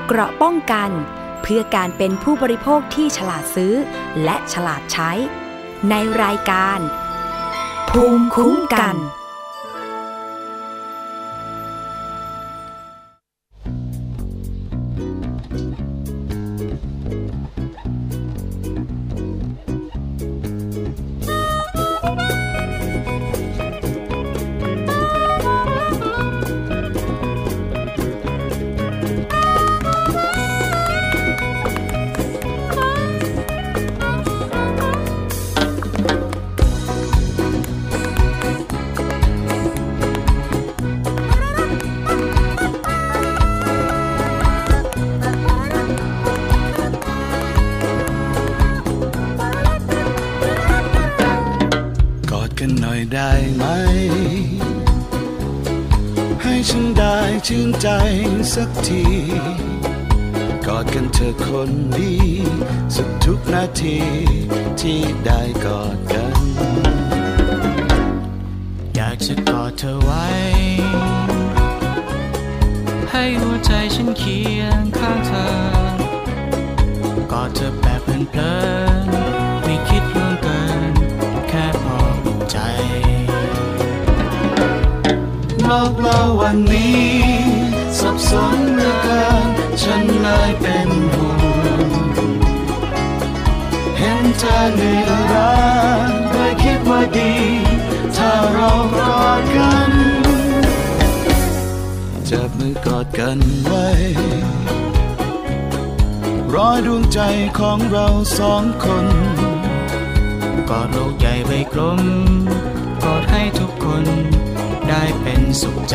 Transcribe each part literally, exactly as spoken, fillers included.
เกราะป้องกันเพื่อการเป็นผู้บริโภคที่ฉลาดซื้อและฉลาดใช้ในรายการภูมิคุ้มกันได้ไหมให้ฉันได้ชื่นใจสักทีกอดกันเธอคนดีสุขทุกนาทีที่ได้กอดกันอยากจะกอดเธอไว้ให้หัวใจฉันเคียงข้างเธอกอดเธอแบบเพลินๆไม่คิดล่วงเกินแค่พอใจโลกเราวันนี้สับสนเหลือเกินฉันเลยเป็นห่วงเห็นเธอเหนื่อยล้าเลยคิดว่าดีถ้าเรากอดกันจับมือกอดกันไว้รอยดวงใจของเราสองคนกอดโลกใหญ่ใบกลมกอดให้ทุกคนได้เป็นสุขใจ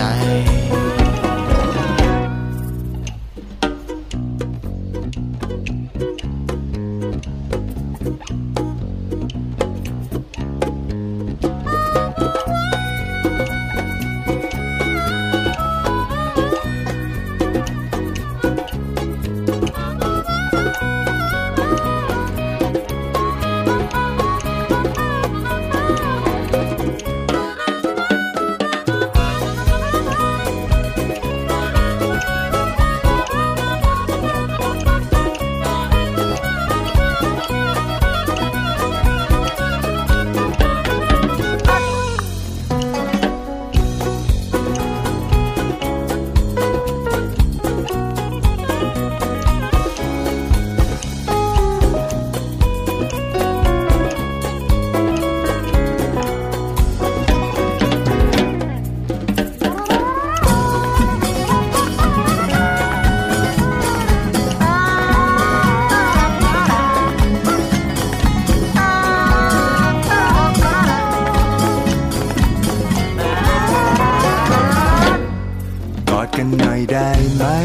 ได้ไหม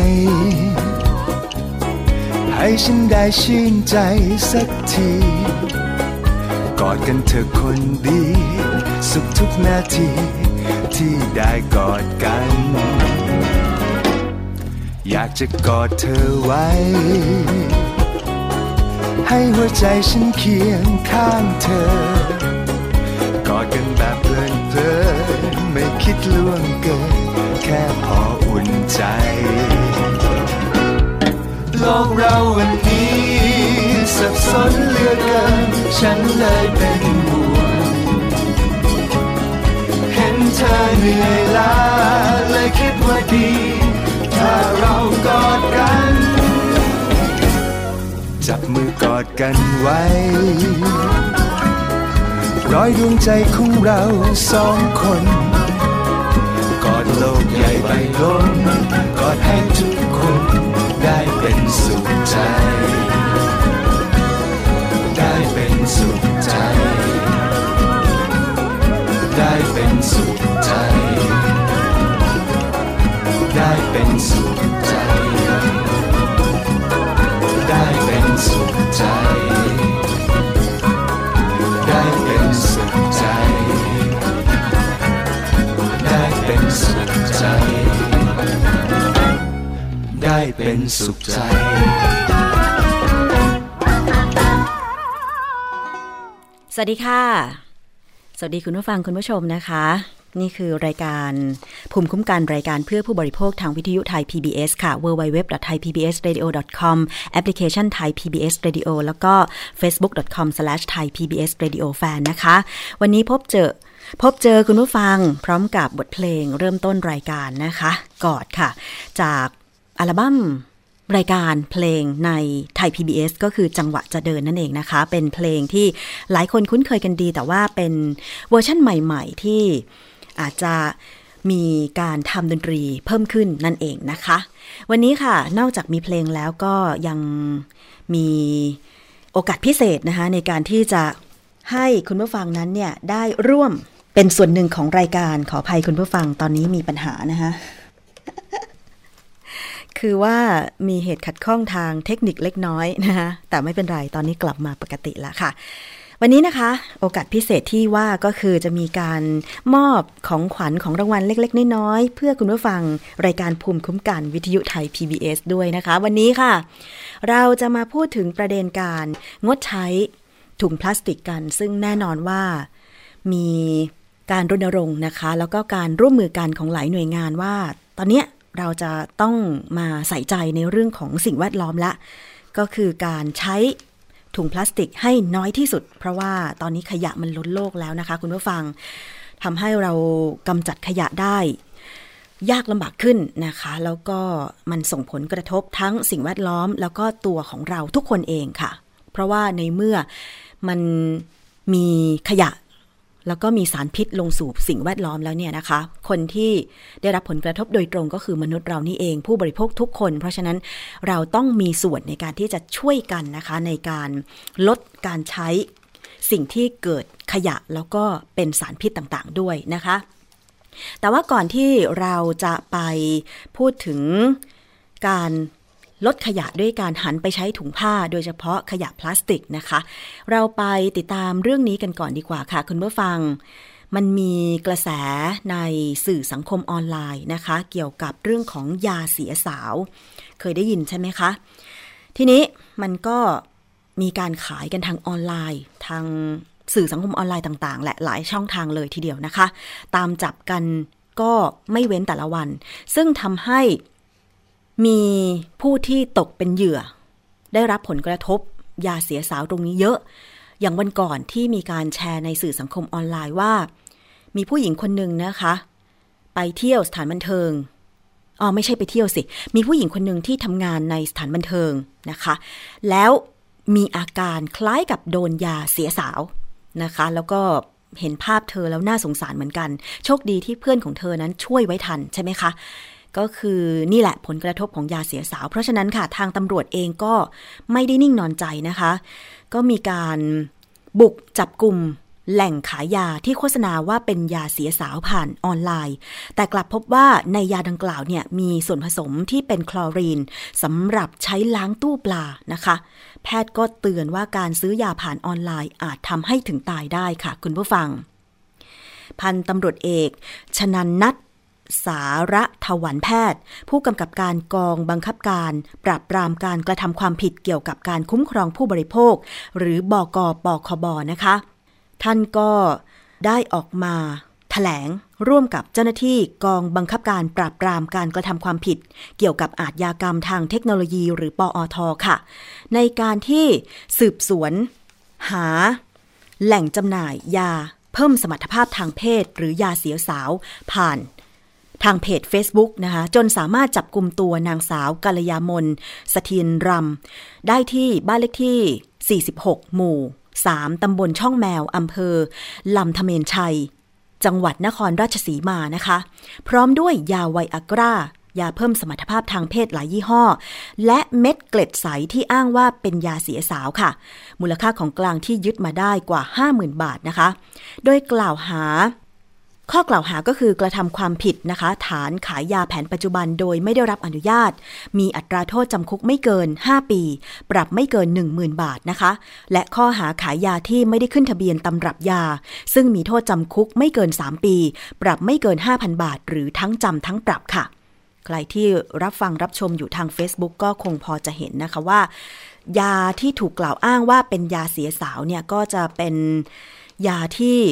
ให้ฉันได้ชื่นใจสักทีกอดกันเธอคนดีสุขทุกนาทีที่ได้กอดกันอยากจะกอดเธอไว้ให้หัวใจฉันเคียงข้างเธอกอดกันแบบเพลินๆไม่คิดล่วงเกินแค่พออุ่นใจโลกเราวันนี้สับสนเหลือเกินฉันเลยเป็นห่วงเห็นเธอเหนื่อยล้าเลยคิดว่าดีถ้าเรากอดกันจับมือกอดกันไว้ร้อยดวงใจของเราสองคนกอดโลกใหญ่ใบกลมกอดให้ทุกคนได้เป็นสุขใจได้เป็นสุขใจได้เป็นสุขใจได้เป็นสุขใจได้เป็นสุขใจได้เป็นสุขใจได้เป็นสุขใจได้เป็นสุขใจสวัสดีค่ะสวัสดีคุณผู้ฟังคุณผู้ชมนะคะนี่คือรายการภูมิคุ้มกันรายการเพื่อผู้บริโภคทางวิทยุไทย พี บี เอส ค่ะ ดับเบิลยู ดับเบิลยู ดับเบิลยู ดอท ไทย พี บี เอส เรดิโอ ดอท คอม แอปพลิเคชัน Thai พี บี เอส Radio แล้วก็ เฟซบุ๊ก ดอท คอม สแลช ไทย พี บี เอส เรดิโอ แฟน นะคะ วันนี้พบเจอพบเจอคุณผู้ฟังพร้อมกับบทเพลงเริ่มต้นรายการนะคะกอดค่ะจากอัลบั้มรายการเพลงในไทย พี บี เอส ก็คือจังหวะจะเดินนั่นเองนะคะเป็นเพลงที่หลายคนคุ้นเคยกันดีแต่ว่าเป็นเวอร์ชั่นใหม่ๆที่อาจจะมีการทำดนตรีเพิ่มขึ้นนั่นเองนะคะวันนี้ค่ะนอกจากมีเพลงแล้วก็ยังมีโอกาสพิเศษนะคะในการที่จะให้คุณผู้ฟังนั้นเนี่ยได้ร่วมเป็นส่วนหนึ่งของรายการขออภัยคุณผู้ฟังตอนนี้มีปัญหานะคะคือว่ามีเหตุขัดข้องทางเทคนิคเล็กน้อยนะคะแต่ไม่เป็นไรตอนนี้กลับมาปกติแล้วค่ะวันนี้นะคะโอกาสพิเศษที่ว่าก็คือจะมีการมอบของขวัญของรางวัลเล็กๆน้อยๆเพื่อคุณผู้ฟังรายการภูมิคุ้มกันวิทยุไทย พี บี เอส ด้วยนะคะวันนี้ค่ะเราจะมาพูดถึงประเด็นการงดใช้ถุงพลาสติกกันซึ่งแน่นอนว่ามีการรณรงค์นะคะแล้วก็การร่วมมือกันของหลายหน่วยงานว่าตอนนี้เราจะต้องมาใส่ใจในเรื่องของสิ่งแวดล้อมละก็คือการใช้ถุงพลาสติกให้น้อยที่สุดเพราะว่าตอนนี้ขยะมันล้นโลกแล้วนะคะคุณผู้ฟังทำให้เรากำจัดขยะได้ยากลำบากขึ้นนะคะแล้วก็มันส่งผลกระทบทั้งสิ่งแวดล้อมแล้วก็ตัวของเราทุกคนเองค่ะเพราะว่าในเมื่อมันมีขยะแล้วก็มีสารพิษลงสู่สิ่งแวดล้อมแล้วเนี่ยนะคะคนที่ได้รับผลกระทบโดยตรงก็คือมนุษย์เรานี่เองผู้บริโภคทุกคนเพราะฉะนั้นเราต้องมีส่วนในการที่จะช่วยกันนะคะในการลดการใช้สิ่งที่เกิดขยะแล้วก็เป็นสารพิษต่างๆด้วยนะคะแต่ว่าก่อนที่เราจะไปพูดถึงการลดขยะด้วยการหันไปใช้ถุงผ้าโดยเฉพาะขยะพลาสติกนะคะเราไปติดตามเรื่องนี้กันก่อนดีกว่าค่ะคุณผู้ฟังมันมีกระแสในสื่อสังคมออนไลน์นะคะเกี่ยวกับเรื่องของยาเสียสาวเคยได้ยินใช่ไหมคะทีนี้มันก็มีการขายกันทางออนไลน์ทางสื่อสังคมออนไลน์ต่างๆและหลายช่องทางเลยทีเดียวนะคะตามจับกันก็ไม่เว้นแต่ละวันซึ่งทำให้มีผู้ที่ตกเป็นเหยื่อได้รับผลกระทบยาเสียสาวตรงนี้เยอะอย่างวันก่อนที่มีการแชร์ในสื่อสังคมออนไลน์ว่ามีผู้หญิงคนหนึ่งนะคะไปเที่ยวสถานบันเทิงอ๋อไม่ใช่ไปเที่ยวสิมีผู้หญิงคนหนึ่งที่ทำงานในสถานบันเทิงนะคะแล้วมีอาการคล้ายกับโดนยาเสียสาวนะคะแล้วก็เห็นภาพเธอแล้วน่าสงสารเหมือนกันโชคดีที่เพื่อนของเธอนั้นช่วยไว้ทันใช่ไหมคะก็คือนี่แหละผลกระทบของยาเสียสาวเพราะฉะนั้นค่ะทางตำรวจเองก็ไม่ได้นิ่งนอนใจนะคะก็มีการบุกจับกลุ่มแหล่งขายยาที่โฆษณาว่าเป็นยาเสียสาวผ่านออนไลน์แต่กลับพบว่าในยาดังกล่าวเนี่ยมีส่วนผสมที่เป็นคลอรีนสำหรับใช้ล้างตู้ปลานะคะแพทย์ก็เตือนว่าการซื้อยาผ่านออนไลน์อาจทำให้ถึงตายได้ค่ะคุณผู้ฟังพันตำรวจเอกชนันนัทสาระถวันแพทย์ผู้กำกับการกองบังคับการปราบปรามการกระทำความผิดเกี่ยวกับการคุ้มครองผู้บริโภคหรือบก.ปคบ.นะคะท่านก็ได้ออกมาแถลงร่วมกับเจ้าหน้าที่กองบังคับการปราบปรามการกระทำความผิดเกี่ยวกับอาชญากรรมทางเทคโนโลยีหรือปอท.ค่ะในการที่สืบสวนหาแหล่งจำหน่ายยาเพิ่มสมรรถภาพทางเพศหรือยาเสียสาวผ่านทางเพจ Facebook นะคะจนสามารถจับกุมตัวนางสาวกัลยามนสเทียนรำได้ที่บ้านเลขที่สี่สิบหกหมู่สามตำบลช่องแมวอำเภอลำธเมรชัยจังหวัดนครราชสีมานะคะพร้อมด้วยยาไวอากร้ายาเพิ่มสมรรถภาพทางเพศหลายยี่ห้อและเม็ดเกล็ดใสที่อ้างว่าเป็นยาเสียสาวค่ะมูลค่าของกลางที่ยึดมาได้กว่า ห้าหมื่น บาทนะคะโดยกล่าวหาข้อกล่าวหาก็คือกระทำความผิดนะคะฐานขายยาแผนปัจจุบันโดยไม่ได้รับอนุญาตมีอัตราโทษจำคุกไม่เกินห้าปีปรับไม่เกิน หนึ่งหมื่น บาทนะคะและข้อหาขายยาที่ไม่ได้ขึ้นทะเบียนตำรับยาซึ่งมีโทษจำคุกไม่เกินสามปีปรับไม่เกิน ห้าพัน บาทหรือทั้งจำทั้งปรับค่ะใครที่รับฟังรับชมอยู่ทาง Facebook ก็คงพอจะเห็นนะคะว่ายาที่ถูกกล่าวอ้างว่าเป็นยาเสียสาวเนี่ยก็จะเป็นยาที่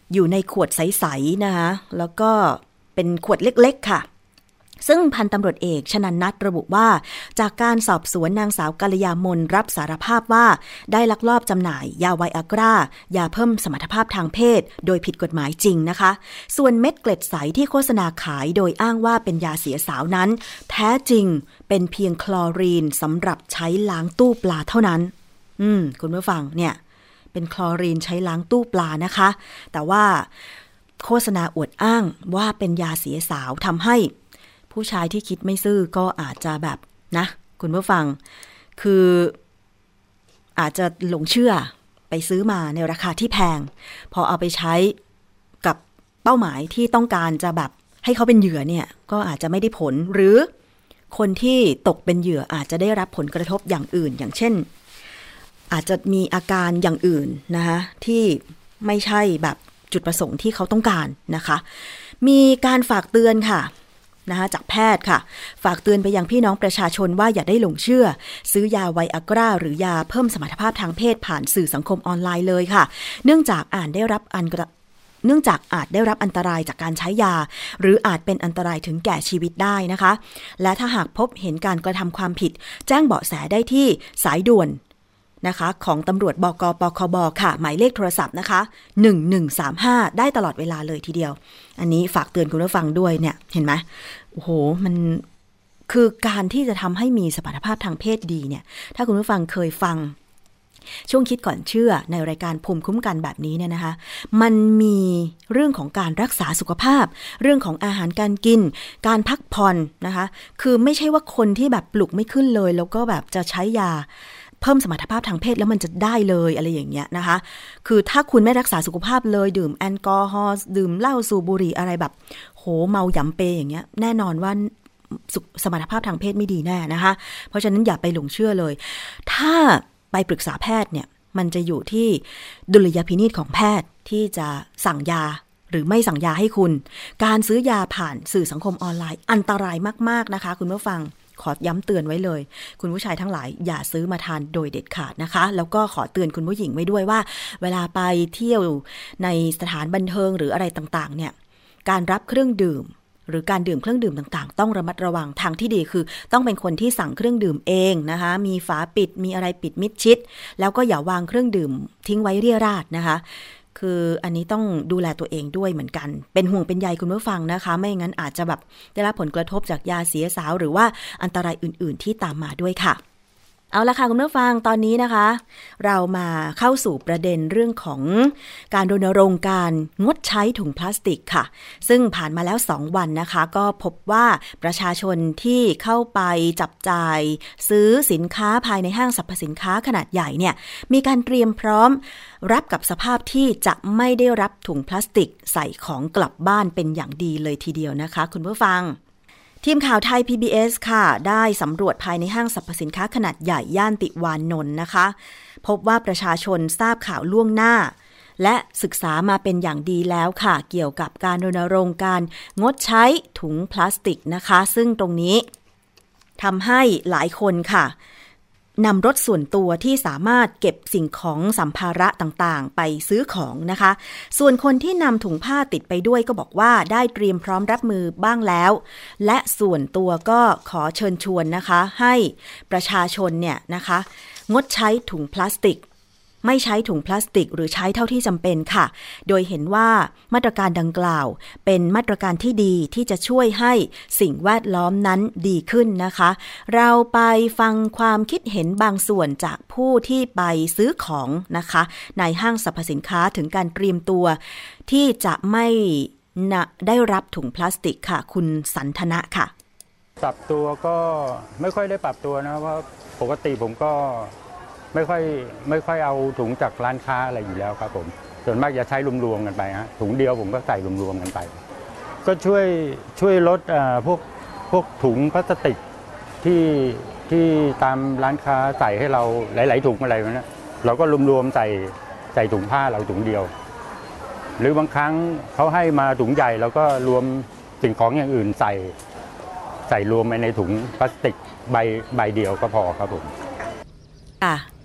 อยู่ในขวดใสๆนะคะแล้วก็เป็นขวดเล็กๆค่ะซึ่งพันตำรวจเอกชนันนัทระบุว่าจากการสอบสวนนางสาวกัลยามนรับสารภาพว่าได้ลักลอบจำหน่ายยาไวอากร้ายาเพิ่มสมรรถภาพทางเพศโดยผิดกฎหมายจริงนะคะส่วนเม็ดเกล็ดใสที่โฆษณาขายโดยอ้างว่าเป็นยาเสียสาวนั้นแท้จริงเป็นเพียงคลอรีนสำหรับใช้ล้างตู้ปลาเท่านั้นอืมคุณผู้ฟังเนี่ยเป็นคลอรีนใช้ล้างตู้ปลานะคะแต่ว่าโฆษณาอวดอ้างว่าเป็นยาเสียสาวทำให้ผู้ชายที่คิดไม่ซื่อก็อาจจะแบบนะคุณผู้ฟังคืออาจจะหลงเชื่อไปซื้อมาในราคาที่แพงพอเอาไปใช้กับเป้าหมายที่ต้องการจะแบบให้เขาเป็นเหยื่อเนี่ยก็อาจจะไม่ได้ผลหรือคนที่ตกเป็นเหยื่ออาจจะได้รับผลกระทบอย่างอื่นอย่างเช่นอาจจะมีอาการอย่างอื่นนะคะที่ไม่ใช่แบบจุดประสงค์ที่เขาต้องการนะคะมีการฝากเตือนค่ะนะคะจากแพทย์ค่ะฝากเตือนไปยังพี่น้องประชาชนว่าอย่าได้หลงเชื่อซื้อยาไวอากร้าหรือยาเพิ่มสมรรถภาพทางเพศผ่านสื่อสังคมออนไลน์เลยค่ะเนื่องจากอ่านได้รับอันเนื่องจากอาจได้รับอันตรายจากการใช้ยาหรืออาจเป็นอันตรายถึงแก่ชีวิตได้นะคะและถ้าหากพบเห็นการกระทำความผิดแจ้งเบาะแสได้ที่สายด่วนนะคะของตำรวจบก.ปคบ.ค่ะหมายเลขโทรศัพท์นะคะหนึ่งหนึ่งสามห้าได้ตลอดเวลาเลยทีเดียวอันนี้ฝากเตือนคุณผู้ฟังด้วยเนี่ยเห็นไหมโอ้โหมันคือการที่จะทำให้มีสมรรถภาพทางเพศดีเนี่ยถ้าคุณผู้ฟังเคยฟังช่วงคิดก่อนเชื่อในรายการภูมิคุ้มกันแบบนี้เนี่ยนะคะมันมีเรื่องของการรักษาสุขภาพเรื่องของอาหารการกินการพักผ่อนนะคะคือไม่ใช่ว่าคนที่แบบปลุกไม่ขึ้นเลยแล้วก็แบบจะใช้ยาเพิ่มสมรรถภาพทางเพศแล้วมันจะได้เลยอะไรอย่างเงี้ยนะคะคือถ้าคุณไม่รักษาสุขภาพเลยดื่มแอลกอฮอล์ดื่มเหล้าสูบบุหรี่อะไรแบบโหเมาหยำเปยอย่างเงี้ยแน่นอนว่าสมรรถภาพทางเพศไม่ดีแน่นะคะเพราะฉะนั้นอย่าไปหลงเชื่อเลยถ้าไปปรึกษาแพทย์เนี่ยมันจะอยู่ที่ดุลยพินิจของแพทย์ที่จะสั่งยาหรือไม่สั่งยาให้คุณการซื้อยาผ่านสื่อสังคมออนไลน์อันตรายมากๆนะคะคุณผู้ฟังขอย้ำเตือนไว้เลยคุณผู้ชายทั้งหลายอย่าซื้อมาทานโดยเด็ดขาดนะคะแล้วก็ขอเตือนคุณผู้หญิงไว้ด้วยว่าเวลาไปเที่ยวในสถานบันเทิงหรืออะไรต่างๆเนี่ยการรับเครื่องดื่มหรือการดื่มเครื่องดื่มต่างๆต้องระมัดระวังทางที่ดีคือต้องเป็นคนที่สั่งเครื่องดื่มเองนะคะมีฝาปิดมีอะไรปิดมิดชิดแล้วก็อย่าวางเครื่องดื่มทิ้งไว้เรี่ยราดนะคะคืออันนี้ต้องดูแลตัวเองด้วยเหมือนกันเป็นห่วงเป็นใยคุณผู้ฟังนะคะไม่งั้นอาจจะแบบได้รับผลกระทบจากยาเสียสาวหรือว่าอันตรายอื่นๆที่ตามมาด้วยค่ะเอาละค่ะคุณผู้ฟังตอนนี้นะคะเรามาเข้าสู่ประเด็นเรื่องของการรณรงค์การงดใช้ถุงพลาสติกค่ะซึ่งผ่านมาแล้วสองวันนะคะก็พบว่าประชาชนที่เข้าไปจับจ่ายซื้อสินค้าภายในห้างสรรพสินค้าขนาดใหญ่เนี่ยมีการเตรียมพร้อมรับกับสภาพที่จะไม่ได้รับถุงพลาสติกใส่ของกลับบ้านเป็นอย่างดีเลยทีเดียวนะคะคุณผู้ฟังทีมข่าวไทย พี บี เอส ค่ะได้สำรวจภายในห้างสรรพสินค้าขนาดใหญ่ย่านติวานนท์นะคะพบว่าประชาชนทราบข่าวล่วงหน้าและศึกษามาเป็นอย่างดีแล้วค่ะเกี่ยวกับการรณรงค์การงดใช้ถุงพลาสติกนะคะซึ่งตรงนี้ทำให้หลายคนค่ะนำรถส่วนตัวที่สามารถเก็บสิ่งของสัมภาระต่างๆไปซื้อของนะคะส่วนคนที่นำถุงผ้าติดไปด้วยก็บอกว่าได้เตรียมพร้อมรับมือบ้างแล้วและส่วนตัวก็ขอเชิญชวนนะคะให้ประชาชนเนี่ยนะคะงดใช้ถุงพลาสติกไม่ใช้ถุงพลาสติกหรือใช้เท่าที่จำเป็นค่ะโดยเห็นว่ามาตรการดังกล่าวเป็นมาตรการที่ดีที่จะช่วยให้สิ่งแวดล้อมนั้นดีขึ้นนะคะเราไปฟังความคิดเห็นบางส่วนจากผู้ที่ไปซื้อของนะคะในห้างสรรพสินค้าถึงการเตรียมตัวที่จะไม่ได้รับถุงพลาสติกค่ะคุณสันทนะค่ะปรับตัวก็ไม่ค่อยได้ปรับตัวนะเพราะปกติผมก็ไม่ค่อยไม่ค่อยเอาถุงจากร้านค้าอะไรอยู่แล้วครับผมส่วนมากจะใช้รวมๆกันไปฮะถุงเดียวผมก็ใส่รวมๆกันไปก็ช่วยช่วยลดพวกพวกถุงพลาสติกที่ที่ตามร้านค้าใส่ให้เราหลายๆถุงอะไรแบบนี้เราก็รวมๆใส่ใส่ถุงผ้าเราถุงเดียวหรือบางครั้งเขาให้มาถุงใหญ่เราก็รวมสิ่งของอย่างอื่นใส่ใส่รวมไปในถุงพลาสติกใบใบเดียวก็พอครับผมอ่ะ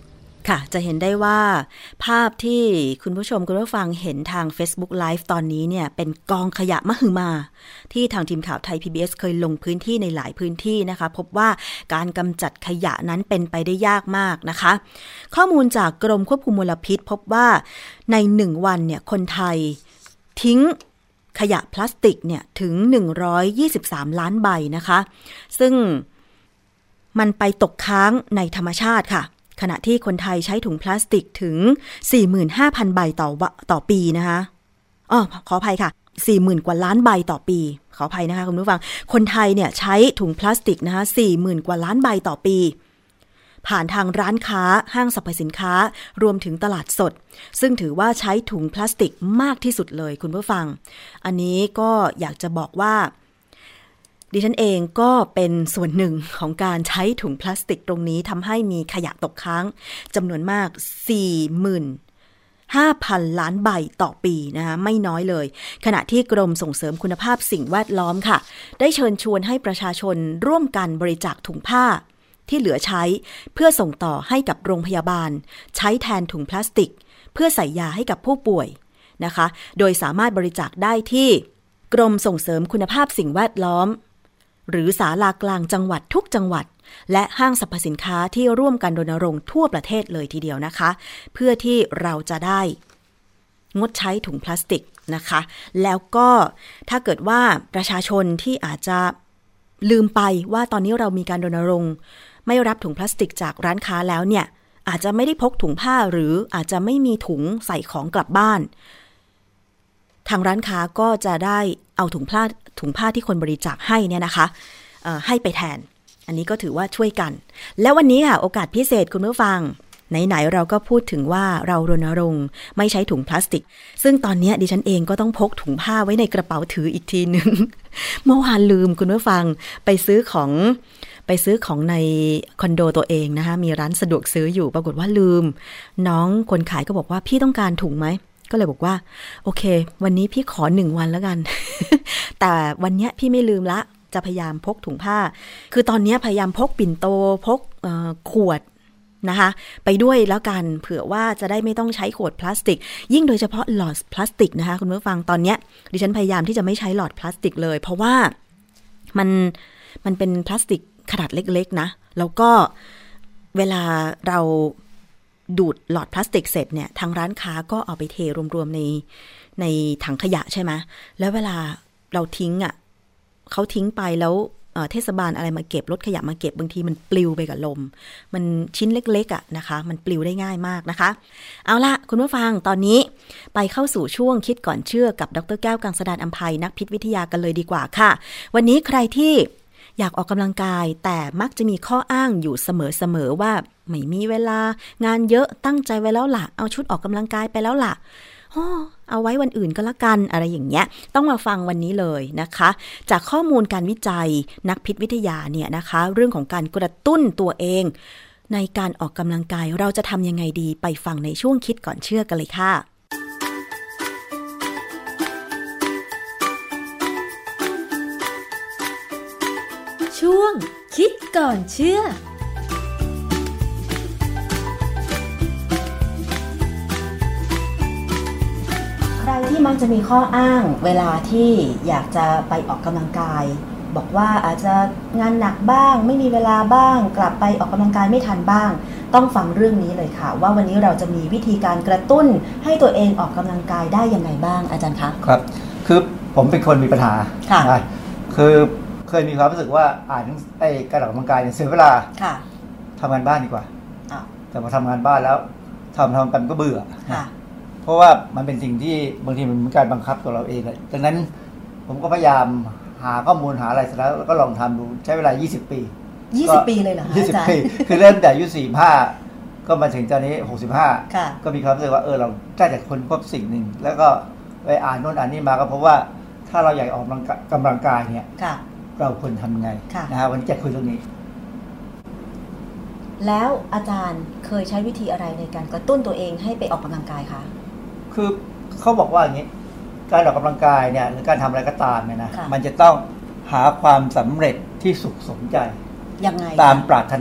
ค่ะจะเห็นได้ว่าภาพที่คุณผู้ชมคุณผู้ฟังเห็นทาง Facebook Live ตอนนี้เนี่ยเป็นกองขยะมหึมาที่ทางทีมข่าวไทย พี บี เอส เคยลงพื้นที่ในหลายพื้นที่นะคะพบว่าการกำจัดขยะนั้นเป็นไปได้ยากมากนะคะข้อมูลจากกรมควบคุมมลพิษพบว่าในหนึ่งวันเนี่ยคนไทยทิ้งขยะพลาสติกเนี่ยถึงหนึ่งร้อยยี่สิบสามล้านใบนะคะซึ่งมันไปตกค้างในธรรมชาติค่ะขณะที่คนไทยใช้ถุงพลาสติกถึง สี่หมื่นห้าพัน ใบต่อต่อปีนะคะอ๋อขออภัยค่ะ สี่หมื่น กว่าล้านใบต่อปีขออภัยนะคะคุณผู้ฟังคนไทยเนี่ยใช้ถุงพลาสติกนะคะ สี่หมื่น กว่าล้านใบต่อปีผ่านทางร้านค้าห้างสรรพสินค้ารวมถึงตลาดสดซึ่งถือว่าใช้ถุงพลาสติกมากที่สุดเลยคุณผู้ฟังอันนี้ก็อยากจะบอกว่าดิฉันเองก็เป็นส่วนหนึ่งของการใช้ถุงพลาสติกตรงนี้ทำให้มีขยะตกค้างจำนวนมาก สี่หมื่นห้าพัน ล้านใบต่อปีนะคะไม่น้อยเลยขณะที่กรมส่งเสริมคุณภาพสิ่งแวดล้อมค่ะได้เชิญชวนให้ประชาชนร่วมกันบริจาคถุงผ้าที่เหลือใช้เพื่อส่งต่อให้กับโรงพยาบาลใช้แทนถุงพลาสติกเพื่อใส่ยาให้กับผู้ป่วยนะคะโดยสามารถบริจาคได้ที่กรมส่งเสริมคุณภาพสิ่งแวดล้อมหรือศาลากลางจังหวัดทุกจังหวัดและห้างสรรพสินค้าที่ร่วมกันรณรงค์ทั่วประเทศเลยทีเดียวนะคะเพื่อที่เราจะได้งดใช้ถุงพลาสติกนะคะแล้วก็ถ้าเกิดว่าประชาชนที่อาจจะลืมไปว่าตอนนี้เรามีการรณรงค์ไม่รับถุงพลาสติกจากร้านค้าแล้วเนี่ยอาจจะไม่ได้พกถุงผ้าหรืออาจจะไม่มีถุงใส่ของกลับบ้านทางร้านค้าก็จะได้เอาถุงผ้าถุงผ้าที่คนบริจาคให้เนี่ยนะคะเอ่อให้ไปแทนอันนี้ก็ถือว่าช่วยกันแล้ววันนี้ค่ะโอกาสพิเศษคุณผู้ฟังไหนๆเราก็พูดถึงว่าเรารณรงค์ไม่ใช้ถุงพลาสติกซึ่งตอนนี้ดิฉันเองก็ต้องพกถุงผ้าไว้ในกระเป๋าถืออีกทีนึง เมื่อวานลืมคุณผู้ฟังไปซื้อของไปซื้อของในคอนโดตัวเองนะคะมีร้านสะดวกซื้ออยู่ปรากฏว่าลืมน้องคนขายก็บอกว่าพี่ต้องการถุงไหมก็เลยบอกว่าโอเควันนี้พี่ขอหนึ่งวันแล้วกัน แต่วันนี้พี่ไม่ลืมละจะพยายามพกถุงผ้าคือตอนนี้พยายามพกปิ่นโตพกขวดนะคะไปด้วยแล้วกันเผื่อว่าจะได้ไม่ต้องใช้ขวดพลาสติกยิ่งโดยเฉพาะหลอดพลาสติกนะคะคุณผู้ฟังตอนนี้ดิฉันพยายามที่จะไม่ใช้หลอดพลาสติกเลยเพราะว่ามันมันเป็นพลาสติกขนาดเล็กๆนะแล้วก็เวลาเราดูดหลอดพลาสติกเสร็จเนี่ยทางร้านค้าก็เอาไปเทรวมๆในในถังขยะใช่ไหมแล้วเวลาเราทิ้งอ่ะเขาทิ้งไปแล้วเทศบาลอะไรมาเก็บรถขยะมาเก็บบางทีมันปลิวไปกับลมมันชิ้นเล็กๆอ่ะนะคะมันปลิวได้ง่ายมากนะคะเอาล่ะคุณผู้ฟังตอนนี้ไปเข้าสู่ช่วงคิดก่อนเชื่อกับดร.แก้วกังสดาลอำไพนักพิษวิทยากันเลยดีกว่าค่ะวันนี้ใครที่อยากออกกำลังกายแต่มักจะมีข้ออ้างอยู่เสมอๆว่าไม่มีเวลางานเยอะตั้งใจไว้แล้วล่ะเอาชุดออกกำลังกายไปแล้วล่ะเอาไว้วันอื่นก็แล้วกันอะไรอย่างเงี้ยต้องมาฟังวันนี้เลยนะคะจากข้อมูลการวิจัยนักพิษวิทยาเนี่ยนะคะเรื่องของการกระตุ้นตัวเองในการออกกำลังกายเราจะทำยังไงดีไปฟังในช่วงคิดก่อนเชื่อกันเลยค่ะช่วงคิดก่อนเชื่อใครที่มักจะมีข้ออ้างเวลาที่อยากจะไปออกกำลังกายบอกว่าอาจจะงานหนักบ้างไม่มีเวลาบ้างกลับไปออกกำลังกายไม่ทันบ้างต้องฟังเรื่องนี้เลยค่ะว่าวันนี้เราจะมีวิธีการกระตุ้นให้ตัวเองออกกำลังกายได้ยังไงบ้างอาจารย์คะครับคือผมเป็นคนมีปัญหาค่ะคือเคยมีความรู้สึกว่าอ่านไอ้การออกกำลังกายเนี่ยเสียเวลาทำงานบ้านดีกว่าแต่พอทำงานบ้านแล้วทำทำกันก็เบื่อเพราะว่ามันเป็นสิ่งที่บางทีมันเป็นการบังคับตัวเราเองเลยดังนั้นผมก็พยายามหาข้อมูลหาอะไรเสร็จแล้วก็ลองทำดูใช้เวลายี่สิบปียี่สิบปีเลยเหรอคะยี่สิบปีคือเริ่มแต่อายุสี่สิบห้าก็มาถึงตอนนี้หกสิบห้าก็มีความรู้สึกว่าเออเราได้จากคนพบสิ่งหนึ่งแล้วก็ไปอ่านโน่นอ่านนี่มาก็พบว่าถ้าเราอยากออกกำลังกายเนี่ยเราควรทำไงนะฮะวันนี้จะคุยตรงนี้แล้วอาจารย์เคยใช้วิธีอะไรในการกระตุ้นตัวเองให้ไปออกกำลังกายคะคือเขาบอกว่าอย่างนี้การออกกำลังกายเนี่ยหรือการทำอะไรก็ตามเนี่ยนะมันจะต้องหาความสำเร็จที่สุขสมใจยังไงตามปรารถนา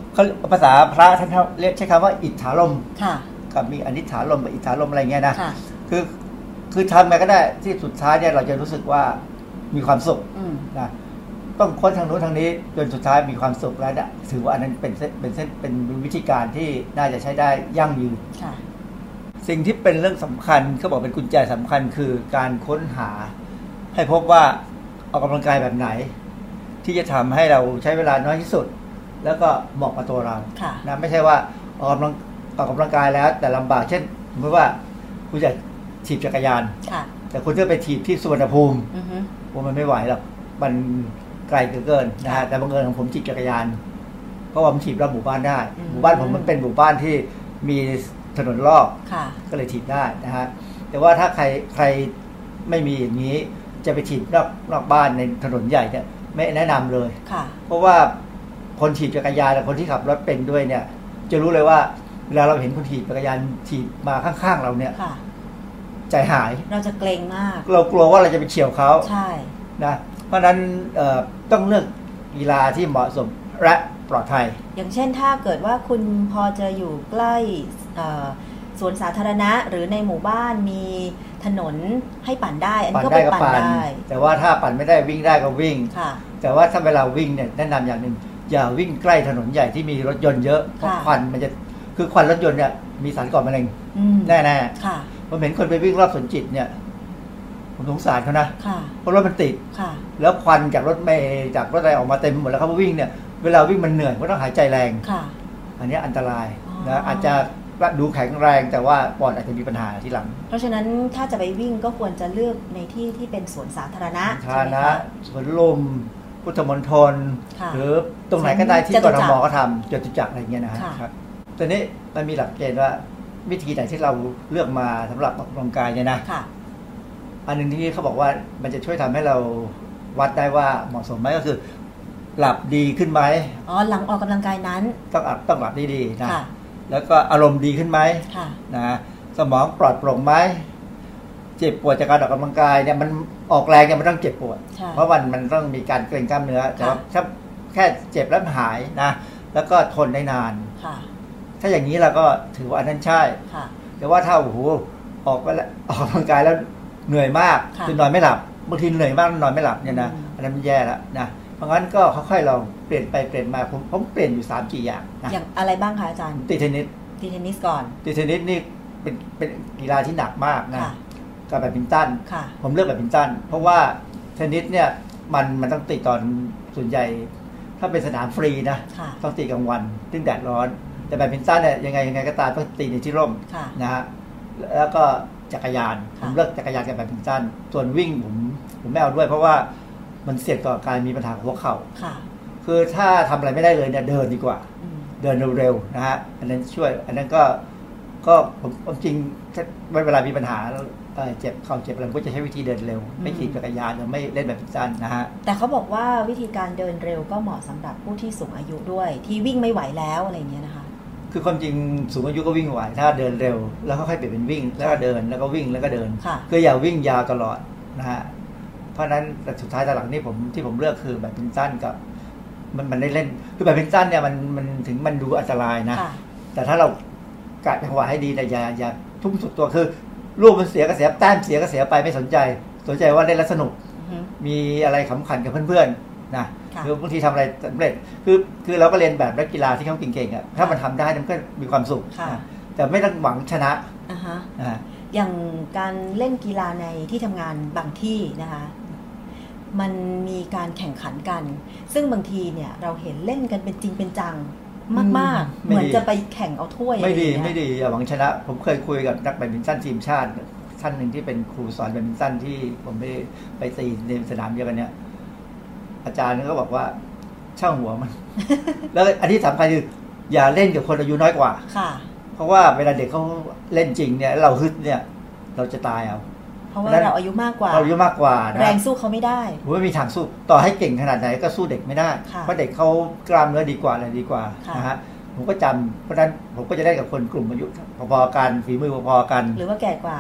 เขาภาษาพระท่านเรียกใช้คำว่าอิทธารมค่ะกับมีอนิถารมกับอิทธารมอะไรเงี้ยนะคือคือทำไปก็ได้ที่สุดท้ายเนี่ยเราจะรู้สึกว่ามีความสุขนะต้องค้นทางโน้นทางนี้จนสุดท้ายมีความสุขแล้วเนี่ยถือว่าอันนั้นเป็นเป็นเส้นเป็นวิธีการที่น่าจะใช้ได้ยั่งยืนสิ่งที่เป็นเรื่องสำคัญเขาบอกเป็นกุญแจสำคัญคือการค้นหาให้พบว่าออกกำลังกายแบบไหนที่จะทำให้เราใช้เวลาน้อยที่สุดแล้วก็เหมาะกับตัวเรานะไม่ใช่ว่าออกกำลังออกกำลังกายแล้วแต่ลำบากเช่นสมมติว่าคุณจะถีบจักรยานแต่คุณจะไปถีบที่สุวรรณภูมิผมมันไม่ไหวหรอกมันไกลเกินนะฮะแต่บังเอิญของผมถีบจักรยานเพราะว่าผมถีบรอบหมู่บ้านได้หมู่บ้านผมมันเป็นหมู่บ้านที่มีถนนรอบก็เลยถีบได้นะฮะแต่ว่าถ้าใครใครไม่มีอย่างนี้จะไปถีบนอกนอกบ้านในถนนใหญ่เนี่ยไม่แนะนำเลยเพราะว่าคนถีบจักรยานและคนที่ขับรถเป็นด้วยเนี่ยจะรู้เลยว่าเวลาเราเห็นคนถีบจักรยานถีบมาข้างๆเราเนี่ยใจหายเราจะเกรงมากเรากลัวว่าเราจะไปเฉี่ยวเขาใช่นะเพราะนั้นต้องเลือกกีฬาที่เหมาะสมและปลอดภัยอย่างเช่นถ้าเกิดว่าคุณพอจะอยู่ใกล้สวนสาธารณะหรือในหมู่บ้านมีถนนให้ปั่นได้อันนี้ก็ไปปั่นได้แต่ว่าถ้าปั่นไม่ได้วิ่งได้ก็วิ่งแต่ว่าถ้าเวลาวิ่งเนี่ยแนะนำอย่างหนึ่งอย่าวิ่งใกล้ถนนใหญ่ที่มีรถยนต์เยอะเพราะควันมันจะคือควันรถยนต์เนี่ยมีสารก่อมะเร็งแน่ๆผมเห็นคนไปวิ่งรอบสวนจิตเนี่ยผมสงสารเขานะเพราะรถมันติดแล้วควันจากรถเมล์จากรถอะไรออกมาเต็มหมดแล้วเขาวิ่งเนี่ยเวลาวิ่งมันเหนื่อยก็ต้องหายใจแรงอันนี้อันตรายนะอาจจะดูแข็งแรงแต่ว่าปอดอาจจะมีปัญหาทีหลังเพราะฉะนั้นถ้าจะไปวิ่งก็ควรจะเลือกในที่ที่เป็นสวนสาธารณะสาธารณะสวนลมพุทธมณฑลหรือตรงไหนก็ได้ที่กทมก็ทำจตุจักรอะไรเงี้ยนะครับตอนนี้มันมีหลักเกณฑ์ว่าวิธีไหนที่เราเลือกมาสำหรับออกกำลังกายเนี่ยนะอันนึงที่เขาบอกว่ามันจะช่วยทำให้เราวัดได้ว่าเหมาะสมไหมก็คือหลับดีขึ้นไหมอ๋อหลังออกกำลังกายนั้นต้องอับต้องหลับดีๆนะแล้วก็อารมณ์ดีขึ้นไหมนะสมองปลอดโปร่งไหมเจ็บปวดจากการออกกำลังกายเนี่ยมันออกแรงเนี่ยมันต้องเจ็บปวดเพราะมันมันต้องมีการเกร็งกล้ามเนื้อแต่ว่าถ้าแค่เจ็บแล้วหายนะแล้วก็ทนได้นานถ้าอย่างนี้เราก็ถือว่าอันนั้นใช่แต่ว่าถ้าโอ้โหออกไปแล้วออกกำลังกายแล้วเหนื่อยมากจนนอนไม่หลับบางทีเหนื่อยมากนอนไม่หลับเนี่ยนะอันนั้นมันแย่แล้วนะเพราะงั้นก็ค่อยๆลองเปลี่ยนไปเปลี่ยนมาผมผมเปลี่ยนอยู่สามสี่อย่างนะอย่างอะไรบ้างคะอาจารย์ตีเทนนิสตีเทนนิสก่อนตีเทนนิสนี่เป็นเป็นกีฬาที่หนักมากนะกับแบดมินตันผมเลือกแบดมินตันเพราะว่าเทนนิสเนี่ยมันมันต้องตีตอนส่วนใหญ่ถ้าเป็นสนามฟรีนะต้องตีกลางวันซึ่งแดดร้อนแต่แบดมินตันเนี่ยยังไงยังไงก็ตามต้องตีในที่ร่มนะฮะแล้วก็จักรยานผมเลือกจักรยานกับแบดมินตันส่วนวิ่งผมผมไม่เอาด้วยเพราะว่ามันเสี่ยงต่อการมีปัญหาหัวเข่าคือถ้าทำอะไรไม่ได้เลยเนี่ยเดินดีกว่าเดินเร็วๆนะฮะอันนั้นช่วยอันนั้นก็ก็ผมจริงเวลามีปัญหาเจ็บเข่าเจ็บอะไรก็จะใช้วิธีเดินเร็วไม่ขี่จักรยานหรือไม่เล่นแบบสั้นนะฮะแต่เขาบอกว่าวิธีการเดินเร็วก็เหมาะสำหรับผู้ที่สูงอายุด้วยที่วิ่งไม่ไหวแล้วอะไรเงี้ยนะคะคือความจริงสูงอายุก็วิ่งไหวถ้าเดินเร็วแล้วค่อยๆเปลี่ยนเป็นวิ่งแล้วก็เดินแล้วก็วิ่งแล้วก็เดินคืออย่าวิ่งยาวตลอดนะฮะเพราะนั้นแต่สุดท้ายตอนหลังนี่ผมที่ผมเลือกคือแบบเป็นสั้นกับมันมันได้เล่นคือแบบเป็นสั้นเนี่ยมันมันถึงมันดูอันตรายนะแต่ถ้าเรากะจังหวะให้ดีแต่อย่าอย่าทุ่มสุดตัวคือลูกมันเสียก็เสียแต้มเสียก็เสียไปไม่สนใจสนใจว่าเล่นแล้วสนุกมีอะไรขำขันกับเพื่อนๆนะคือบางทีทำอะไรสำเร็จคือคือเราก็เรียนแบบนักกีฬาที่เขาเก่งๆอ่ะถ้ามันทำได้มันก็มีความสุขแต่ไม่ต้องหวังชนะอย่างการเล่นกีฬาในที่ทำงานบางที่นะคะมันมีการแข่งขันกันซึ่งบางทีเนี่ยเราเห็นเล่นกันเป็นจริงเป็นจังมากๆเหมือนจะไปแข่งเอาถ้วยไม่ดีไม่ดีอย่าหวังชนะผมเคยคุยกับนักแบดมินตันทีมชาติท่านหนึ่งที่เป็นครูสอนแบดมินตันที่ผมไปไปตีในสนามเดียวกันเนี่ยอาจารย์ก็บอกว่าช่างหัวมันแล้วอันที่สำคัญคืออย่าเล่นกับคนอายุน้อยกว่าเพราะว่าเวลาเด็กเขาเล่นจริงเนี่ยเราฮึดเนี่ยเราจะตายเอาเพราะว่าเราอายุมากกว่าเราอายุมากกว่าแรงสู้เขาไม่ได้ไม่มีทางสู้ต่อให้เก่งขนาดไหนก็สู้เด็กไม่ได้เพราะเด็กเขากล้ามเนื้อดีกว่าอะไรดีกว่านะฮะผมก็จำเพราะฉะนั้นผมก็จะได้กับคนกลุ่มอายุพอๆกันฝีมือพอๆกันหรือว่าแก่กว่า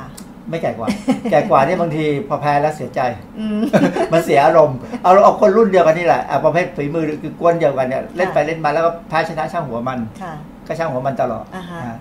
ไม่แก่กว่า แก่กว่านี่บางทีพอแพ้แล้วเสียใจมันเสียอารมณ์เอาเอาคนรุ่นเดียวกันนี่แหละประเภทฝีมือคือกวนเดียวกันเนี่ยเล่นไปเล่นมาแล้วก็แพ้ชนะช่างหัวมันก็ช่างหัวมันตลอด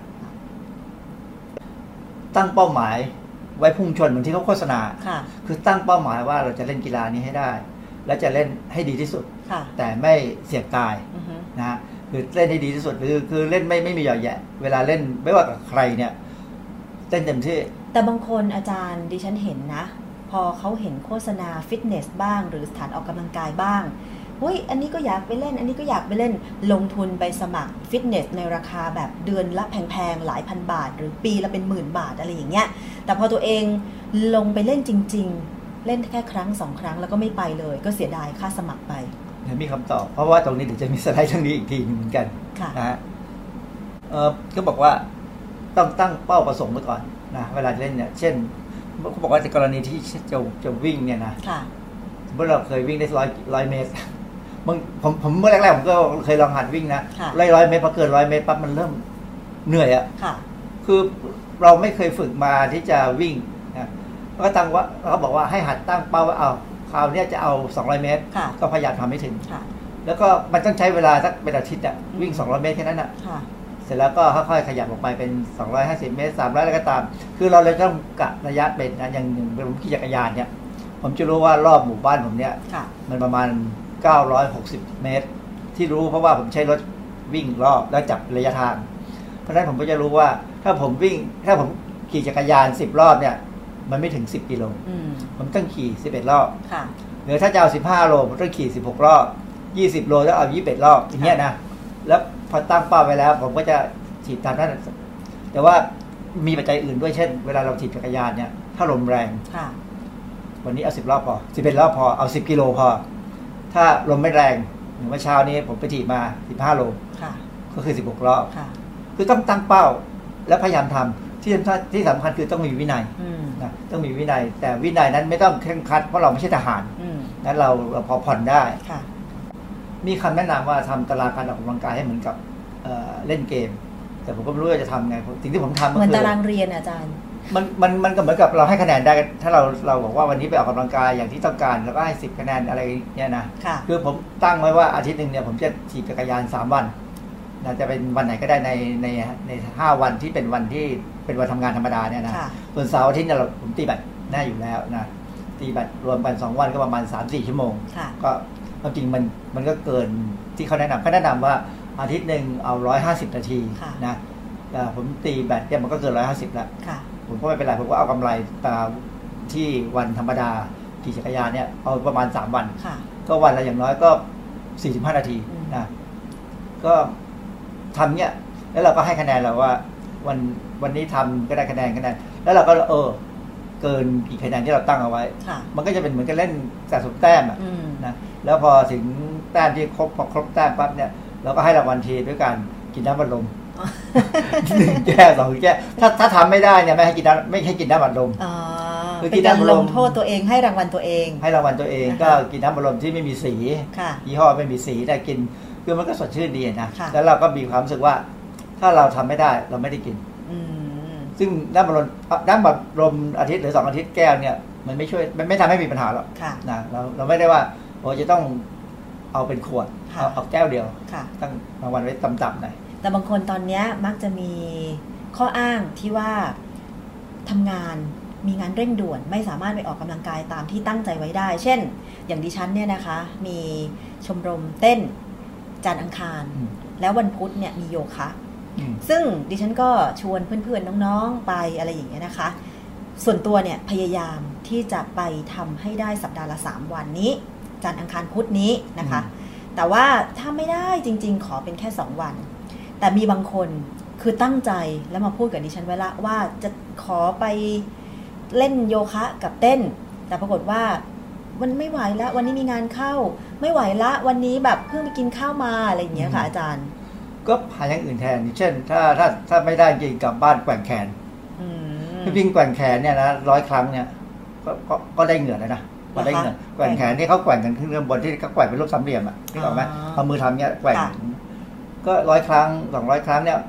ตั้งเป้าหมายไว้พุ่งชนเหมือนที่เขาโฆษณาคือตั้งเป้าหมายว่าเราจะเล่นกีฬานี้ให้ได้และจะเล่นให้ดีที่สุดแต่ไม่เสี่ยงตายนะคือเล่นให้ดีที่สุดคือคือเล่นไม่ไม่มีหย่อแยะเวลาเล่นไม่ว่ากับใครเนี่ยเล่นเต็มที่แต่บางคนอาจารย์ดิฉันเห็นนะพอเขาเห็นโฆษณาฟิตเนสบ้างหรือสถานออกกำลังกายบ้างเฮ้ยอันนี้ก็อยากไปเล่นอันนี้ก็อยากไปเล่นลงทุนไปสมัครฟิตเนสในราคาแบบเดือนละแพงๆหลายพันบาทหรือปีละเป็นหมื่นบาทอะไรอย่างเงี้ยแต่พอตัวเองลงไปเล่นจริงๆเล่นแค่ครั้งสองครั้งแล้วก็ไม่ไปเลยก็เสียดายค่าสมัครไปเดี๋ยวมีคำตอบเพราะว่าตรงนี้เดี๋ยวจะมีสไลด์เรื่องนี้อีกทีนึงเหมือนกันนะฮะเออก็บอกว่าต้องตั้งเป้าประสงค์ไว้ก่อนนะเวลาเล่นเนี่ยเช่นเขาบอกว่าในกรณีที่จะจะวิ่งเนี่ยนะเมื่อเราเคยวิ่งได้ร้อยร้อยเมตรมึงผมผมเมื่อแรกๆผมก็เคยลองหัดวิ่งนะร้อยร้อยเมตรพอเกินร้อยเมตรปั๊บมันเริ่มเหนื่อยอ่ะคือเราไม่เคยฝึกมาที่จะวิ่งนะก็ตั้งว่าเขาบอกว่าให้หัดตั้งเป้าว่าเอาคราวนี้จะเอาสองร้อยเมตรก็พยายามทำให้ถึงแล้วก็มันต้องใช้เวลาสักเป็นอาทิตย์อ่ะวิ่งสองร้อยเมตรแค่นั้นอ่ะเสร็จแล้วก็ค่อยๆขยับออกไปเป็นสองร้อยห้าสิบเมตรสามร้อยอะไรก็ตามคือเราเลยต้องกะระยะเป็นนะอย่างหนึ่งผมขี่จักรยานเนี่ยผมจะรู้ว่ารอบหมู่บ้านผมเนี่ยมันประมาณเก้าร้อยหกสิบเมตรที่รู้เพราะว่าผมใช้รถวิ่งรอบแล้วจับระยะทางเพราะฉะนั้นผมก็จะรู้ว่าถ้าผมวิ่งถ้าผมขี่จักรยานสิบรอบเนี่ยมันไม่ถึงสิบกิโลผมต้องขี่สิบเอ็ดรอบหรือถ้าจะเอาสิบห้าโลผมต้องขี่สิบหกรอบยี่สิบโลต้องเอายี่สิบเอ็ดรอบอย่างเงี้ยนะแล้วพอตั้งเป้าไว้แล้วผมก็จะถีบตามนั้นแต่ว่ามีปัจจัยอื่นด้วยเช่นเวลาเราถีบจักรยานเนี่ยถ้าลมแรงวันนี้เอาสิบรอบพอสิบเอ็ดรอบพอเอาสิบกิโลพอถ้าลมไม่แรงเหมือนเมื่อเช้านี้ผมไปถีบมาสิบห้าโลก็คือสิบหกรอบคือต้องตั้งเป้าและพยายามทำที่ที่สำคัญคือต้องมีวินัยนะต้องมีวินัยแต่วินัยนั้นไม่ต้องเคร่งครัดเพราะเราไม่ใช่ทหารนั้นเราเราพอผ่อนได้มีคำแนะนำว่าทำตารางการออกกำลังกายให้เหมือนกับเอ่อเล่นเกมแต่ผมก็ไม่รู้ว่าจะทำไงสิ่งที่ผมทำก็คือเหมือนตารางเรียนอาจารย์มันมันมันก็เหมือนกับเราให้คะแนนได้ถ้าเราเราบอกว่าวันนี้ไปออกกำลังกายอย่างที่ต้องการแล้วก็ให้สิบคะแนนอะไรเนี่ยนะคือผมตั้งไว้ว่าอาทิตย์นึงเนี่ยผมจะขี่จักรยานสามวันน่าจะเป็นวันไหนก็ได้ในในในห้าวันที่เป็นวันที่เป็นวันทำงานธรรมดาเนี่ยนะส่วนเสาร์อาทิตย์เนี่ยเราผมตีแบดแน่อยู่แล้วนะตีแบดรวมกันสองวันก็ประมาณ สามถึงสี่ ชั่วโมงก็จริงมันมันก็เกินที่เขาแนะนำเขาแนะนำว่าอาทิตย์หนึ่งเอาร้อยห้าสิบนาทีนะแต่ผมตีแบดเนี่ยมันก็เกินร้อยห้าสิบแล้วผมก็ไม่เป็นไรผมก็เอากำไรตามที่วันธรรมดาขี่จักรยานเนี่ยเอาประมาณสามวันก็วันละอย่างน้อยก็สี่สิบห้านาทีนะก็ทำเนี่ยแล้วเราก็ให้คะแนนเราว่าวันวันนี้ทำก็ได้คะแนนคะแนนแล้วเราก็เออเกินกี่คะแนนที่เราตั้งเอาไว้มันก็จะเป็นเหมือนกับเล่นสะสมแต้มอ่ะนะแล้วพอถึงแต้มที่ครบพอครบแต้มปั๊บเนี่ยเราก็ให้รางวัลทีด้วยการกินน้ำบัดลมหนึ่งแก้วสองแก้วถ้าถ้าทำไม่ได้เนี่ยไม่ให้กินน้ำไม่ให้กินน้ำบัดลมคือกินน้ำบัดลมโทษตัวเองให้รางวัลตัวเองให้รางวัลตัวเองก็กินน้ำบัดลมที่ไม่มีสียี่ห้อไม่มีสีแต่กินคือมันก็สดชื่นดีนะแล้วเราก็มีความรู้สึกว่าถ้าเราทำไม่ได้เราไม่ได้กินซึ่งน้ำบัดลมน้ำบัดลมอาทิตย์หรือสองอาทิตย์แก้วเนี่ยมันไม่ช่วยมันไม่ทำให้มีปัญหาหรอกนะเราเราไม่ได้ว่าโอ้จะต้องเอาเป็นขวดเอาเอาแก้วเดียวตั้งรางวัลไว้ต่ำๆหน่อยแต่บางคนตอนนี้มักจะมีข้ออ้างที่ว่าทำงานมีงานเร่งด่วนไม่สามารถไปออกกำลังกายตามที่ตั้งใจไว้ได้เช่นอย่างดิฉันเนี่ยนะคะมีชมรมเต้นจันทร์อังคารแล้ววันพุธเนี่ยมีโยคะซึ่งดิฉันก็ชวนเพื่อนๆน้องๆไปอะไรอย่างเงี้ยนะคะส่วนตัวเนี่ยพยายามที่จะไปทำให้ได้สัปดาห์ละสามวันนี้จันทร์อังคารพุธนี้นะคะแต่ว่าถ้าไม่ได้จริงๆขอเป็นแค่สองวันแต่มีบางคนคือตั้งใจแล้วมาพูดกับดิฉันไว้ละว่าจะขอไปเล่นโยคะกับเต้นแต่ปรากฏว่ามันไม่ไหวแล้ววันนี้มีงานเข้าไม่ไหวละวันนี้แบบเพิ่งไปกินข้าวมาอะไรอย่างเงี้ยค่ะอาจารย์ก็หาอย่างอื่นแทนเช่นถ้าถ้าถ้าไม่ได้จริงกลับบ้านแกว่งแขนพี่พิงแกว่งแขนเนี่ยนะร้อยครั้งเนี่ยก็ก็ก็ได้เหงื่อแล้วนะก็ได้เหงื่อแกว่งแขนที่เขาแกว่งกันขึ้นบนที่เขาแกว่งเป็นรูปสามเหลี่ยมอ่ะที่บอกไหมเอามือทำเนี่ยแกว่งก็ร้อยครั้งสองร้อยครั้งเนี่ยค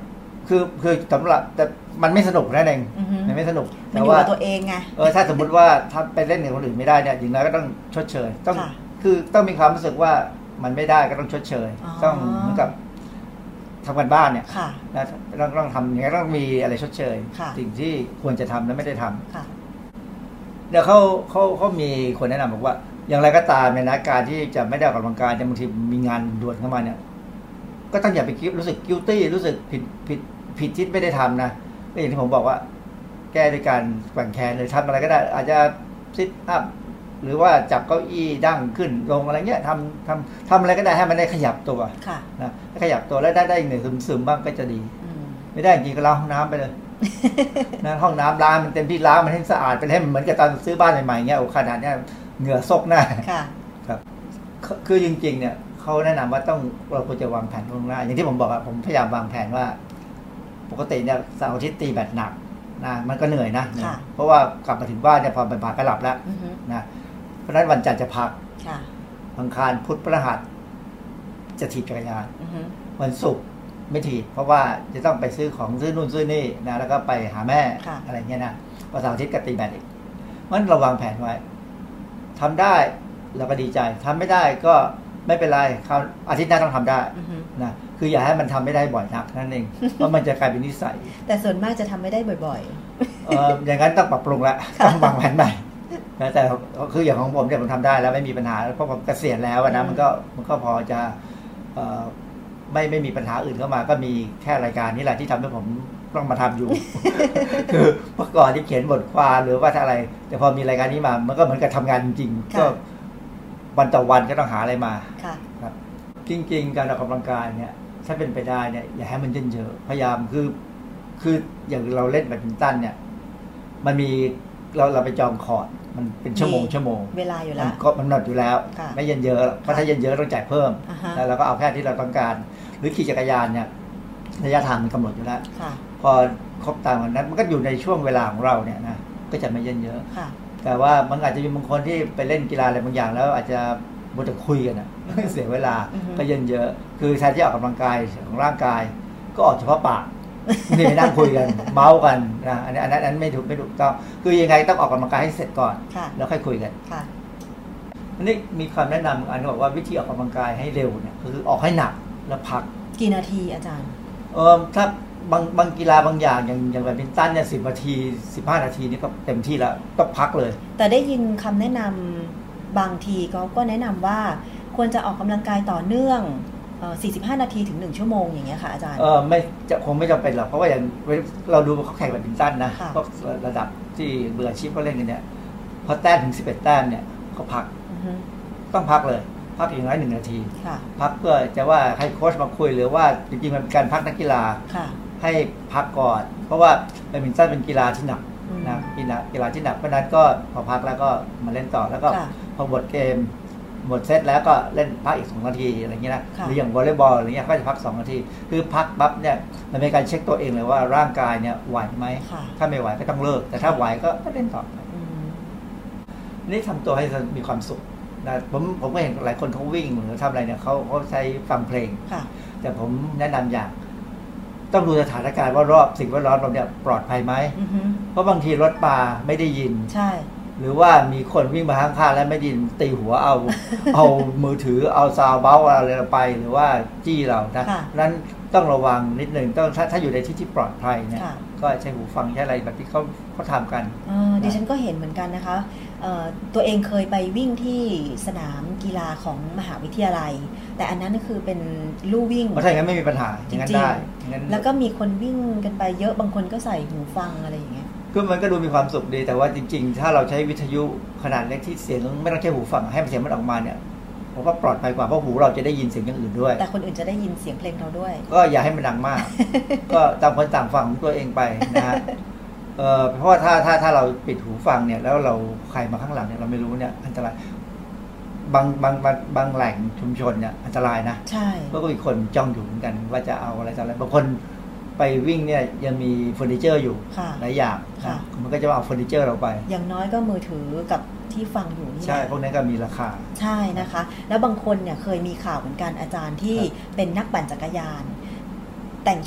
คือคือสำหรับแต่มันไม่สนุกนั่นเองมันไม่สนุกแต่ว่าตัวเองไงเออถ้าสมมติว่าถ้าไปเล่นกับคนอื่นไม่ได้เนี่ยอย่างน้อยก็ต้องชดเชยต้องคือต้องมีความรู้สึกว่ามันไม่ได้ก็ต้องชดเชยต้องเหมือนกับทำกันบ้านเนี่ยนะต้องต้องทำอย่างนี้ต้องมีอะไรชดเชยสิ่งที่ควรจะทำแล้วไม่ได้ทำเดี๋ยวเขาเขาเขามีคนแนะนำบอกว่าอย่างไรก็ตามในนะการที่จะไม่ได้ออกกำลังกายเนี่ยบางทีมีงานด่วนเข้ามาเนี่ยก็ต้องอย่าไปคิดรู้สึกกิลตี้รู้สึกผิดผิดผิดที่ไม่ได้ทำนะก็อย่างที่ผมบอกว่าแก้ด้วยการแกว่งแขนหรือทำอะไรก็ได้อาจจะซิทอัพหรือว่าจับเก้าอี้ดั้งขึ้นลงอะไรเงี้ยทำทำทำอะไรก็ได้ให้มันได้ขยับตัวนะให้ขยับตัวแล้วได้ได้อีกหนึ่งซึมๆบ้างก็จะดีไม่ได้จริงก็ล้างห้องน้ำไปเลยนะห้องน้ำล้างมันเต็มที่ล้างมันให้สะอาดไปให้มันเหมือนกับตอนซื้อบ้านใหม่ๆเงี้ยโอ้ขนาดเนี้ยเหงื่อซกหน้าครับคือจริงๆเนี่ยเขาแนะนำว่าต้องเราควรจะวางแผนล่วงหน้าอย่างที่ผมบอกอะผมพยายามวางแผนว่าปกติเนี่ยเสาร์อาทิตย์ตีแบตหนักนะมันก็เหนื่อยนะเพราะว่ากลับมาถึงบ้านเนี่ยพอไปผ่าก็หลับแล้วนะเพราะฉะนั้นวันจันทร์จะพักอังคารพุธพฤหัสจะถีบจักรยานวันศุกร์ไม่ถีบเพราะว่าจะต้องไปซื้อของซื้อนู่นซื้อนี่นะแล้วก็ไปหาแม่อะไรเงี้ยนะพอเสาร์อาทิตย์ก็ตีแบตอีกมันเราวางแผนไว้ทำได้เราก็ดีใจทำไม่ได้ก็ไม่เป็นไรคราวอาทิตย์หน้าต้องทำได้นะคืออย่าให้มันทำไม่ได้บ่อยนักนั่นเองเพราะมันจะกลายเป็นนิสัยแต่ส่วนมากจะทำไม่ได้บ่อยๆเอออย่างนั้นต้องปรับปรุงละต้องวางแผนใหม่นะแต่คืออย่างของผมเนี่ยผมทำได้แล้วไม่มีปัญหาเพราะผมเกษียณแล้วนะมันก็มันก็พอจะไม่ไม่มีปัญหาอื่นเข้ามาก็มีแค่รายการนี้แหละที่ทำให้ผมต้องมาทำอยู่คือเมื่อก่อนที่เขียนบทความหรือว่าอะไรแต่พอมีรายการนี้มามันก็เหมือนกับทำงานจริงๆก็วันต่อวันก็ต้องหาอะไรมาครับจริงๆการออกกำลังกายเนี่ยถ้าเป็นไปได้เนี่ยอย่าให้มันเยอะๆพยายามคือคืออย่างเราเล่นแบดมินตันเนี่ยมันมีเราเราไปจองคอร์ตมันเป็นชั่วโมงชั่วโมงเวลาอยู่แล้วก็มันหนดอยู่แล้วไม่เย็นเยอะเพราะถ้าเย็นเยอะต้องจ่ายเพิ่มแล้วเราก็เอาแค่ที่เราต้องการหรือขี่จักรยานเนี่ยระยะทางมันกำหนดอยู่แล้วพอครบตามวันนั้นมันก็อยู่ในช่วงเวลาของเราเนี่ยนะก็จะไม่เย็นเยอะแต่ว่ามันอาจจะมีบางคนที่ไปเล่นกีฬาอะไรบางอย่างแล้วอาจจะมัวแต่คุยกันนะเสียเวลาก็เย็นเยอะคือแทนที่ออกกำลังกายของร่างกายก็ออกเฉพาะปากนี่ไปนั่งคุยกันเมาส์กันนะอันนี้อันนั้นไม่ถูกไม่ถูกต้องคือยังไงต้องออกกำลังกายให้เสร็จก่อนแล้วค่อยคุยกันอันนี้มีคำแนะนำอันบอกว่าวิธีออกกำลังกายให้เร็วเนี่ยคือออกให้หนักแล้วพักกี่นาทีอาจารย์เออถ้าบางบางกีฬาบางอย่างอย่างอย่างแบดมินตันเนี่ยสิบนาทีสิบห้านาทีนี่ก็เต็มที่แล้วต้องพักเลยแต่ได้ยินคำแนะนำบางทีเขาก็แนะนำว่าควรจะออกกำลังกายต่อเนื่องสี่สิบห้านาทีถึงหนึ่งชั่วโมงอย่างเงี้ยค่ะอาจารย์เออไม่จะคงไม่จำเป็นหรอกเพราะว่าอย่างเราดูเขาแข่งแบดมินตันนะพวกระดับที่เบื่อชีพเขาเล่นกันเนี่ยพอแต้มถึงสิบเอ็ดแต้มเนี่ยเขาพักต้องพักเลยพักอย่างน้อยหนึ่งนาทีพักเพื่อจะว่าให้โค้ชมาคุยหรือว่าจริงๆมันเป็นการพักนักกีฬาให้พักก่อนเพราะว่าแบดมินตันเป็นกีฬาที่หนักนะกีฬากีฬาที่หนักเพราะนั้นก็พอพักแล้วก็มาเล่นต่อแล้วก็พอหมดเกมหมดเซตแล้วก็เล่นพักอีกสองนาทีอะไรเงี้ยนะหรืออย่างวอลเลย์บอลอะไรเงี้ยก็จะพักสองนาทีคือพักปั๊บเนี่ยมันเป็นการเช็คตัวเองเลยว่าร่างกายเนี่ยไหวไหมถ้าไม่ไหวก็ต้องเลิกแต่ถ้าไหวก็เล่นต่อนี่ทำตัวให้มีความสุขนะผมผมก็เห็นหลายคนเขาวิ่งหรือทำอะไรเนี่ยเขาเขาใช้ฟังเพลงแต่ผมแนะนำอย่างต้องดูสถานการณ์ว่ารอบสิ่งแวดล้อมเราเนี่ยปลอดภัยไหมเพราะบางทีรถมาไม่ได้ยินใช่หรือว่ามีคนวิ่งมาข้างๆแล้วไม่ได้ยินตีหัวเอาเอามือถือเอาซาวเบลอะไรไปหรือว่าจี้เรานะนั้นต้องระวังนิดหนึ่งต้องถ้าถ้าอยู่ในที่ที่ปลอดภัยเนี่ยก็ใช้หูฟังใช้อะไรแบบที่เขาเขาทำกันดิฉันก็เห็นเหมือนกันนะคะตัวเองเคยไปวิ่งที่สนามกีฬาของมหาวิทยาลัยแต่อันนั้นก็คือเป็นลู่วิ่งเพราะถ้าอย่างนั้นไม่มีปัญหาอย่างนั้นได้แล้วก็มีคนวิ่งกันไปเยอะบางคนก็ใส่หูฟังอะไรอย่างเงี้ยก็มันก็ดูมีความสุขดีแต่ว่าจริงๆถ้าเราใช้วิทยุขนาดเล็กที่เสียงไม่ต้องใช้หูฟังให้เสียงมันออกมาเนี่ยผมว่าปลอดภัยกว่าเพราะหูเราจะได้ยินเสียงอย่างอื่นด้วยแต่คนอื่นจะได้ยินเสียงเพลงเราด้วยก็อย่าให้มันดังมาก ก็ต่างคนต่างฟังของตัวเองไปนะฮะเอ่อเพราะว่าถ้าถ้าถ้าเราปิดหูฟังเนี่ยแล้วเราใครมาข้างหลังเนี่ยเราไม่รู้เนี่ยอันตรายบางบางบางบางแหล่งชุมชนเนี่ยอันตรายนะใช่เพราะก็มีคนจ้องอยู่เหมือนกันว่าจะเอาอะไรต่ออะไรบางคนไปวิ่งเนี่ยยังมีเฟอร์นิเจอร์อยู่หลายอย่างมันก็จะเอาเฟอร์นิเจอร์เราไปอย่างน้อยก็มือถือกับที่ฟังอยู่นี่ใช่พวกนั้นก็มีราคาใช่นะคะแล้วบางคนเนี่ยเคยมีข่าวเหมือนกันอาจารย์ที่เป็นนักปั่นจักรยานแต่งชุด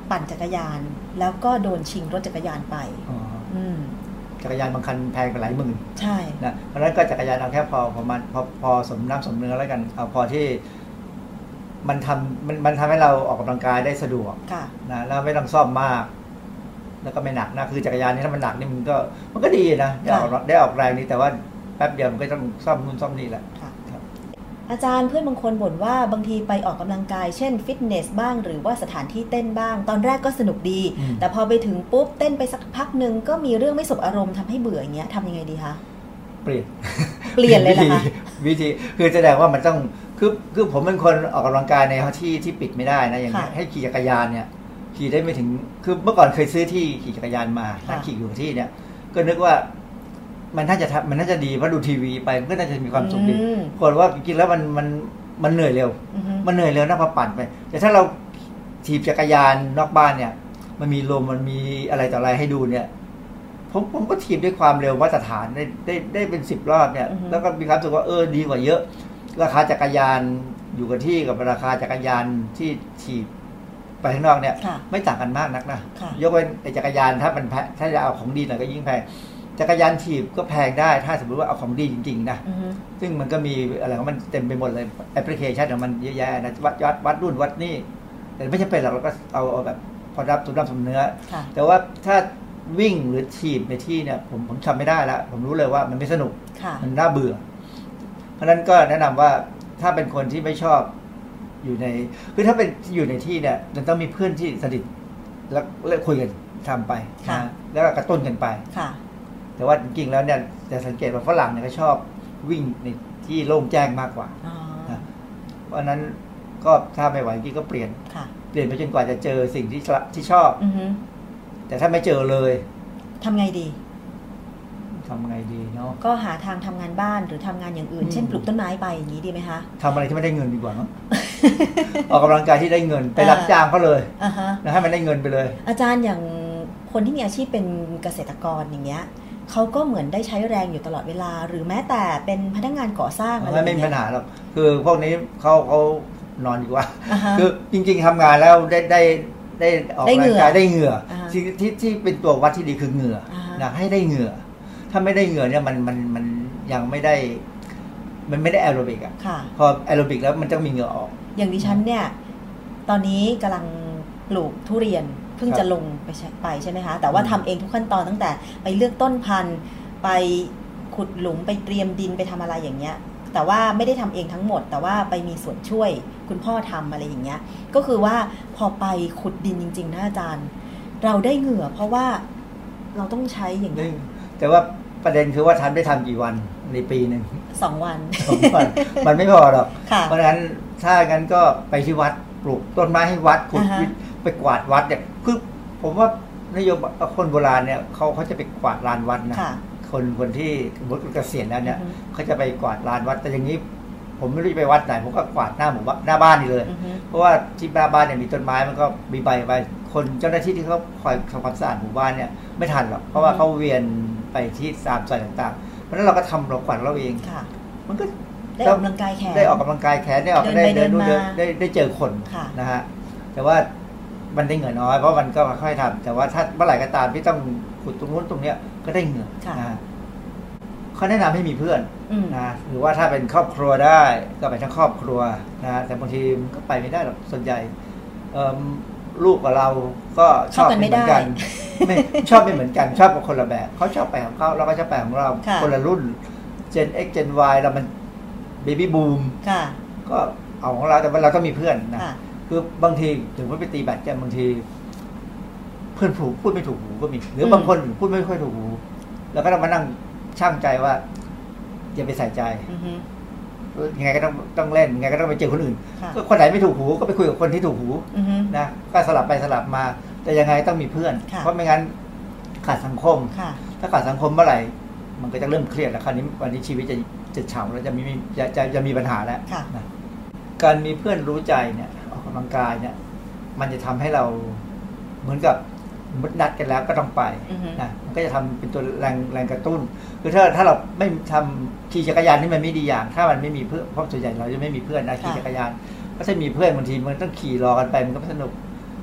ปั่นจักรยานแล้วก็โดนชิงรถจักรยานไปอืมจักรยานบางคันแพงไปหลายหมื่นใช่นะเพราะฉะนั้นก็จักรยานเอาแค่พอประมาณพอพอสมน้ำสมเนื้อแล้วกันเอาพอที่มันทำมันมันทำให้เราออกกำลังกายได้สะดวกนะแล้วไม่ต้องซ่อมมากแล้วก็ไม่หนักนะคือจักรยานนี่ถ้ามันหนักนี่มันก็มันก็ดีนะได้ออกได้ออกแรงนี่แต่ว่าแป๊บเดียวมันก็ต้องซ่อมนู่นซ่อมนี่แหละอาจารย์เพื่อนบางคนบ่นว่าบางทีไปออกกำลังกายเช่นฟิตเนสบ้างหรือว่าสถานที่เต้นบ้างตอนแรกก็สนุกดีแต่พอไปถึงปุ๊บเต้นไปสักพักหนึ่งก็มีเรื่องไม่สบอารมณ์ทำให้เบื่ออย่างเงี้ยทำยังไงดีคะเปลี่ยนเปลี่ยนเลยนะคะวิธีคือแสดงว่ามันต้องคือคือผมเป็นคนออกกำลังกายในที่ที่ปิดไม่ได้นะอย่างนี้ให้ขี่จักรยานเนี่ยขี่ได้ไม่ถึงคือเมื่อก่อนเคยซื้อที่ขี่จักรยานมาขี่อยู่ที่เนี่ยก็นึกว่ามันน่าจะทำมันน่าจะดีเพราะดูทีวีไปมันก็น่าจะมีความสุขดีปรากฏว่าจริงๆแล้วมันมันมันเหนื่อยเร็วมันเหนื่อยเร็วนะพอปั่นไปแต่ถ้าเราถีบจักรยานนอกบ้านเนี่ยมันมีลมมันมีอะไรต่ออะไรให้ดูเนี่ยผมผมก็ถีบด้วยความเร็วมาตรฐานได้ได้ได้เป็นสิบรอบเนี่ยแล้วก็มีความรู้สึกว่าเออดีกว่าเยอะราคาจักรยานอยู่กับที่กับราคาจักรยานที่ถีบไปข้างนอกเนี่ยไม่ต่างกันมากนักนะยกเว้นไอ้จักรยานถ้ามันถ้าจะเอาของดีหน่อยก็ยิ่งแพงจักรยานถีบก็แพงได้ถ้าสมมติว่าเอาของดีจริงๆนะซึ่งมันก็มีอะไรของมันเต็มไปหมดเลยแอปพลิเคชันของมันเยอะแยะนะวัดวัดวัดรุ่นวัดนี่แต่ไม่ใช่เป็นหรอกเราก็เอาเอาแบบพอรับตัวรับสมเนื้อแต่ว่าถ้าวิ่งหรือถีบในที่เนี่ยผมผมทำไม่ได้แล้วผมรู้เลยว่ามันไม่สนุกมันน่าเบื่อเพราะฉะนั้นก็แนะนำว่าถ้าเป็นคนที่ไม่ชอบอยู่ในคือถ้าเป็นอยู่ในที่เนี่ยมันต้องมีเพื่อนที่สนิทแล้วแล้วคุยกันทำไปนะแล้วก็กระตุ้นกันไปแต่ว่าจริงๆแล้วเนี่ยจะสังเกตว่าฝรั่งเนี่ยเขาชอบวิ่งในที่โล่งแจ้งมากกว่าเพราะนั้นก็ถ้าไม่ไหวกี้ก็เปลี่ยนเปลี่ยนไปจนกว่าจะเจอสิ่งที่ที่ชอบแต่ถ้าไม่เจอเลยทำไงดีทำไงดีเนาะก็หาทางทำงานบ้านหรือทำงานอย่างอื่นเช่นปลูกต้นไม้ไปอย่างนี้ดีไหมคะทำอะไรที่ไม่ได้เงินดีกว่าเนาะ ออกกำลังกายที่ได้เงินไปรับจ้างเขาเลยนะให้มันได้เงินไปเลยอาจารย์อย่างคนที่มีอาชีพเป็นเกษตรกรอย่างเงี้ยเขาก็เหมือนได้ใช้แรงอยู่ตลอดเวลาหรือแม้แต่เป็นพนักงานก่อสร้างอะไรไม่มีปัญหาหรอกคือพวกนี้เขาเขานอนดีกว่าคือจริงๆทำงานแล้วได้ได้ได้ออกกำลังกายได้เหงื่อที่ที่ที่เป็นตัววัดที่ดีคือเหงื่อนะให้ได้เหงื่อถ้าไม่ได้เหงื่อเนี่ยมันมันมันยังไม่ได้มันไม่ได้แอโรบิกอ่ะพอแอโรบิกแล้วมันต้องมีเหงื่อออกอย่างดิฉันเนี่ยตอนนี้กำลังปลูกทุเรียนเพิ่งจะลงไปไปใช่ไหมคะแต่ว่าทำเองทุกขั้นตอนตั้งแต่ไปเลือกต้นพันธุ์ไปขุดหลุมไปเตรียมดินไปทำอะไรอย่างเงี้ยแต่ว่าไม่ได้ทำเองทั้งหมดแต่ว่าไปมีส่วนช่วยคุณพ่อทำอะไรอย่างเงี้ยก็คือว่าพอไปขุดดินจริงๆนะอาจารย์เราได้เหงื่อเพราะว่าเราต้องใช้อย่างนี้แต่ว่าประเด็นคือว่าทำได้ทำกี่วันในปีหนึ่งสองวันสองวันมันไม่พอหรอกเพราะฉะนั้นถ้างั้นก็ไปที่วัดปลูกต้นไม้ให้วัดขุดไปกวาดวัดเนี่ยคือผมว่านโยบายคนโบราณเนี่ยเขาเขาจะไปกวาดลานวัดนะคนคนที่บวชเกษียณแล้วเนี่ยเขาจะไปกวาดลานวัดแต่อย่างนี้ผมไม่รู้จะไปวัดไหนผมก็กวาดหน้าหมู่บ้านหน้าบ้านนี่เลยเพราะว่าที่หน้าบ้านเนี่ยมีต้นไม้มันก็มีใบใบคนเจ้าหน้าที่ที่เขาคอยทำความสะอาดหมู่บ้านเนี่ยไม่ทันหรอกเพราะว่าเขาเวียนไปที่ตามซอยต่างๆเพราะฉะนั้นเราก็ทำเรากวาดเราเองมันก็ได้ออกกำลังกายแขนได้ออกกำลังกายแขนได้ออกได้เดินดูได้ได้เจอคนนะฮะแต่ว่ามันได้เหงื่อน้อยเพราะมันก็ค่อยทำแต่ว่าถ้าเมื่อไหร่ก็ตามที่ต้องขุดตรงนู้นตรงเนี้ยก็ได้เหงื่อนะเขาแนะนำให้มีเพื่อนนะหรือว่าถ้าเป็นครอบครัวได้ก็ไปทั้งครอบครัวนะแต่บางทีมันก็ไปไม่ได้หรอกส่วนใหญ่ลูกกับเราก็ชอบไม่เหมือนกันไม่ชอบไม่เหมือนกันชอบกับคนละแบบเขาชอบไปของเขาเราก็ชอบไปของเราคนละรุ่น Gen X Gen Y เรามัน Baby Boom ก็เอาของเราแต่ว่าเราก็มีเพื่อนนะคือบางทีถึงว่าไปตีแบดกันบางทีเพื่อนผูกพูดไม่ถูกหูก็มีหรือบางคนพูดไม่ค่อยถูกหูแล้วก็ต้องมานั่งช่างใจว่าอย่าไปใส่ใจยังไงก็ต้องต้องเล่นยังไงก็ต้องไปเจอคนอื่นก็คนไหนไม่ถูกหูก็ไปคุยกับคนที่ถูกหูนะก็สลับไปสลับมาแต่ยังไงต้องมีเพื่อนเพราะไม่งั้นขาดสังคมถ้าขาดสังคมเมื่อไหร่มันก็จะเริ่มเครียดแล้วคราวนี้วันนี้ชีวิตจะจะเฉาแล้วจะมีจะจะจะมีปัญหาแล้วนะการมีเพื่อนรู้ใจเนี่ยออกกำลังกายเนี่ยมันจะทำให้เราเหมือนกับมุดนัดกันแล้วก็ต้องไปนะมันก็จะทำเป็นตัวแรงแรงกระตุ้นคือถ้าถ้าเราไม่ทำขี่จักรยานนี่มันไม่ดีอย่างถ้ามันไม่มีเพื่อนเพราะส่วนใหญ่เราจะไม่มีเพื่อนนะขี่จักรยานก็จะมีเพื่อนบางทีมันต้องขี่รอกันไปมันก็ไม่สนุก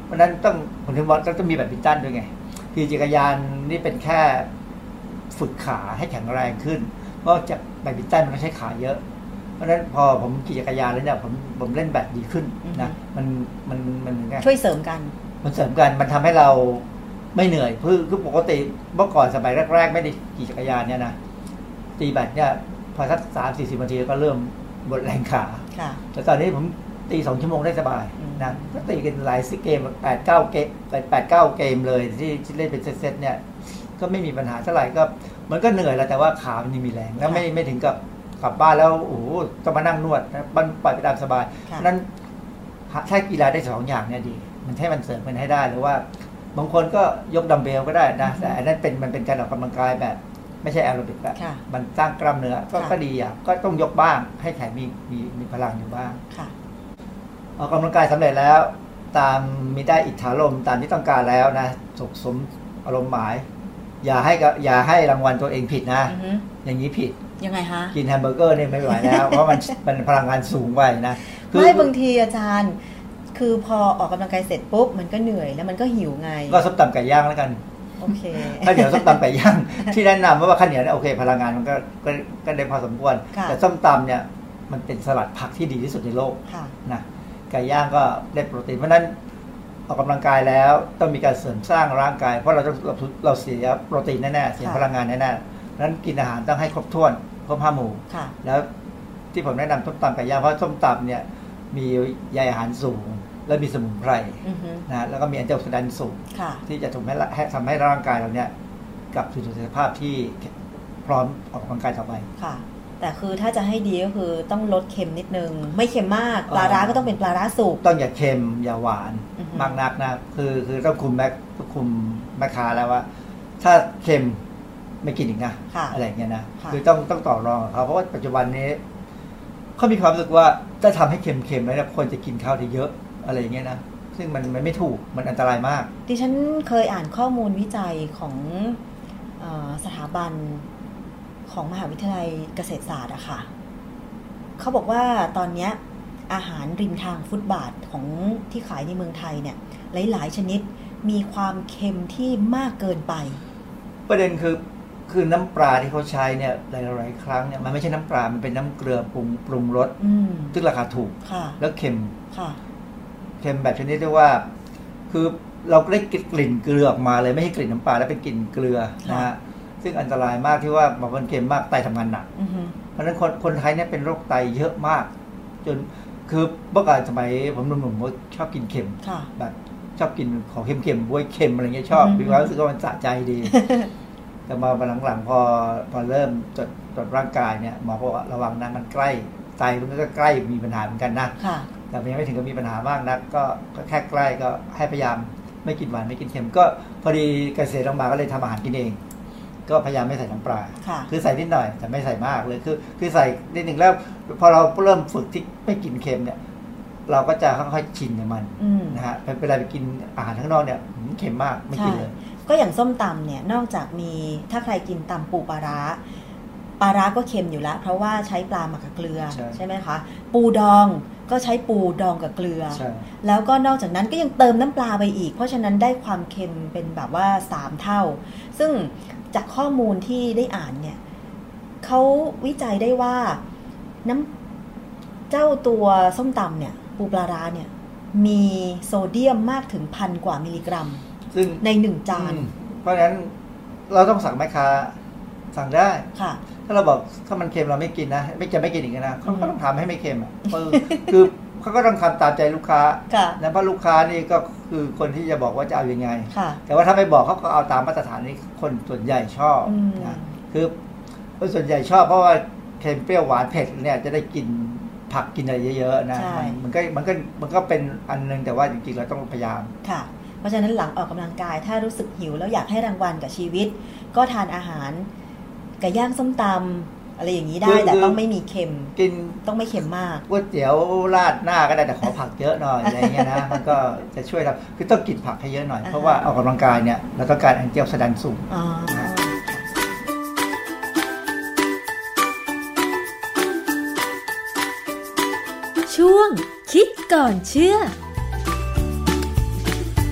เพราะนั้นต้องผมถึงบอกต้องมีแบดมินตันด้วยไงคือจักรยานนี่เป็นแค่ฝึกขาให้แข็งแรงขึ้นเพราะจากแบดมินตันมันต้องใช้ขาเยอะเพราะฉะนั้นพอผมขี่จักรยานแล้วเนี่ยผมผมเล่นแบดดีขึ้นนะมันมันมันช่วยเสริมกันมันเสริมกันมันทำให้เราไม่เหนื่อยคือคือปกติเมื่อก่อนสมัยแรกๆไม่ได้ขี่จักรยานเนี่ยนะตีแบดเนี่ยพอสักสามสี่สิบนาทีก็เริ่มบดแรงขาแต่ตอนนี้ผมตีสองชั่วโมงได้สบายนะก็ตีกันหลายสิเกมแปดเก้าเกมแปดเก้าเกมเลยที่ที่เล่นเป็นเซตๆเนี่ยก็ไม่มีปัญหาเท่าไหร่ก็มันก็เหนื่อยแล้วแต่ว่าขามันมีแรงแล้วไม่ไม่ถึงกับกลับบ้านแล้วโอ้โหต้องมานั่งนวดนะมันปล่อยไปตามสบายนั้นถ้ากีฬาได้สองอย่างเนี่ยดีมันให้มันเสริมมันให้ได้หรือว่าบางคนก็ยกดัมเบลก็ได้นะแต่อันนั้นเป็นมันเป็นการออกกำลังกายแบบไม่ใช่แอโรบิกแบบมันสร้างกล้ามเนื้อก็ก็ดีอ่ะก็ต้องยกบ้างให้แขนมีมีมีพลังอยู่บ้างออกกำลังกายสำเร็จแล้วตามมีได้อิทธาลมตามที่ต้องการแล้วนะสุขสมอารมณ์หมายอย่าให้อย่าให้รางวัลตัวเองผิดนะอย่างนี้ผิดยังไงฮะกินแฮมเบอร์เกอร์เนี่ยไม่ไหวแล้วเพราะมันมันพลังงานสูงไปนะไม่บางทีอาจารย์คือพอออกกำลังกายเสร็จปุ๊บมันก็เหนื่อยแล้วมันก็หิวไงก็ส้มตำไก่ย่างแล้วกันโอเคถ้าเดี๋ยวส้มตำไก่ย่างที่แนะนำว่าข้าวเหนียวเนี่ยโอเคพลังงานมันก็ก็ได้พอสมควรแต่ส้มตำเนี่ยมันเป็นสลัดผักที่ดีที่สุดในโลกนะไก่ย่างก็ได้โปรตีนเพราะนั้นออกกำลังกายแล้วต้องมีการเสริมสร้างร่างกายเพราะเราต้องเราเสียโปรตีนแน่ๆเสียพลังงานแน่ๆนั้นกินอาหารต้องให้ครบถ้วนครบห้าหมู่แล้วที่ผมแนะนำส้มตำไก่ย่างเพราะส้มตำเนี่ยมีใยอาหารสูงและมีสมุนไพรนะแล้วก็มีแอนตี้ออกซิแดนต์สูงที่จะทำให้ทำให้ร่างกายเราเนี่ยกลับสู่สภาพที่พร้อมออกกำลังกายต่อไปค่ะแต่คือถ้าจะให้ดีก็คือต้องลดเค็มนิดนึงไม่เค็มมากปลาร้าก็ต้องเป็นปลาร้าสุกต้องอย่าเค็มอย่าหวานมากนักนะคือคือต้องคุมแม็กคุมแม่ค้าแล้วว่าถ้าเค็มไม่กินอีกนะอะไรอย่างเงี้ยนะคือต้องต้องต่อรองกับเขาเพราะว่าปัจจุบันนี้เขามีความรู้สึกว่าถ้าทำให้เค็มๆแล้วควรจะกินข้าวที่เยอะอะไรอย่างเงี้ยนะซึ่งมันมันไม่ถูกมันอันตรายมากดิฉันเคยอ่านข้อมูลวิจัยของเอ่อสถาบันของมหาวิทยาลัยเกษตรศาสตร์อะค่ะเขาบอกว่าตอนนี้อาหารริมทางฟุตบาทของที่ขายในเมืองไทยเนี่ยหลายๆชนิดมีความเค็มที่มากเกินไปประเด็นคือคือน้ำปลาที่เขาใช้เนี่ยหลายๆครั้งเนี่ยมันไม่ใช่น้ำปลามันเป็นน้ำเกลือปรุงปรุงรสซึ่งราคาถูกแล้วเค็มเค็มแบบชนิดที่ว่าคือเราได้กลิ่นเกลือออกมาเลยไม่ใช่กลิ่นน้ำปลาแล้วเป็นกลิ่นเกลือนะฮะซึ่งอันตรายมากที่ว่าบางคนเค็มมากไตทำงานหนักเพราะฉะนั้นคนคนไทยเนี่ยเป็นโรคไตเยอะมากจนคือเมื่อก่อนสมัยผมหนุ่มๆผมชอบกินเค็มแบบชอบกินของเค็มๆบวยเค็มอะไรเงี้ยชอบมีความรู้สึกว่ามันสะใจดีแต่มาหลังๆพอพอเริ่มตรวจตรวจร่างกายเนี่ยหมอบอกว่าระวังนะมันใกล้ไตมันก็ใกล้มีปัญหาเหมือนกันนะแต่ยังไม่ถึงกับมีปัญหามากนักก็แค่ใกล้ก็ให้พยายามไม่กินหวานไม่กินเค็มก็พอดีเกษตรลำบากก็เลยทำอาหารกินเองก็พยายามไม่ใส่น้ำปลาคือใส่นิดหน่อยแต่ไม่ใส่มากเลยคือคือใส่นิดหนึ่งแล้วพอเราเริ่มฝึกที่ไม่กินเค็มเนี่ยเราก็จะค่อยๆชินกับมันนะฮะเวลาไปกินอาหารข้างนอกเนี่ยเค็มมากไม่กินเลยก็อย่างส้มตำเนี่ยนอกจากมีถ้าใครกินตำปูปลาร้าปลาร้าก็เค็มอยู่แล้วเพราะว่าใช้ปลาหมักกับเกลือ ใ, ใช่ไหมคะปูดองก็ใช้ปูดองกับเกลือแล้วก็นอกจากนั้นก็ยังเติมน้ำปลาไปอีกเพราะฉะนั้นได้ความเค็มเป็นแบบว่าสามเท่าซึ่งจากข้อมูลที่ได้อ่านเนี่ยเขาวิจัยได้ว่าน้ำเจ้าตัวส้มตำเนี่ยปูปลาร้าเนี่ยมีโซเดียมมากถึงพันกว่ามิลลิกรัมซึ่งในหนึ่งจานเพราะฉะนั้นเราต้องสั่งแม่ค้าสั่งได้ค่ะถ้าเราบอกถ้ามันเค็มเราไม่กินนะไม่จะไม่กินอีกนะเขาก็ต้องทำให้ไม่เค็มอ่ะคือเขาก็ต้องทำตามใจลูกค้าแล้วเพราะลูกค้านี่ก็คือคนที่จะบอกว่าจะเอายังไงแต่ว่าถ้าไม่บอกเขาก็เอาตามมาตรฐานนี้คนส่วนใหญ่ชอบนะคือคนส่วนใหญ่ชอบเพราะว่าเค็มเปรี้ยวหวานเผ็ดเนี่ยจะได้กินผักกินอะไรเยอะๆนะมันก็มันก็มันก็เป็นอันนึงแต่ว่าจริงๆเราต้องพยายามค่ะเพราะฉะนั้นหลังออกกำลังกายถ้ารู้สึกหิวแล้วอยากให้รางวัลกับชีวิตก็ทานอาหารไก่ย่างส้มตำอะไรอย่างนี้ได้แต่ต้องไม่มีเค็มกินต้องไม่เค็มมากก๋วยเตี๋ยวราดหน้าก็ได้แต่ขอผักเยอะหน่อยอะไรเงี้ยนะมันก็จะช่วยเราคือต้องกินผักให้เยอะหน่อยเพราะว่าออกกำลังกายเนี่ยเราต้องการแอนตี้ออกซิแดนต์สูงช่วงคิดก่อนเชื่อ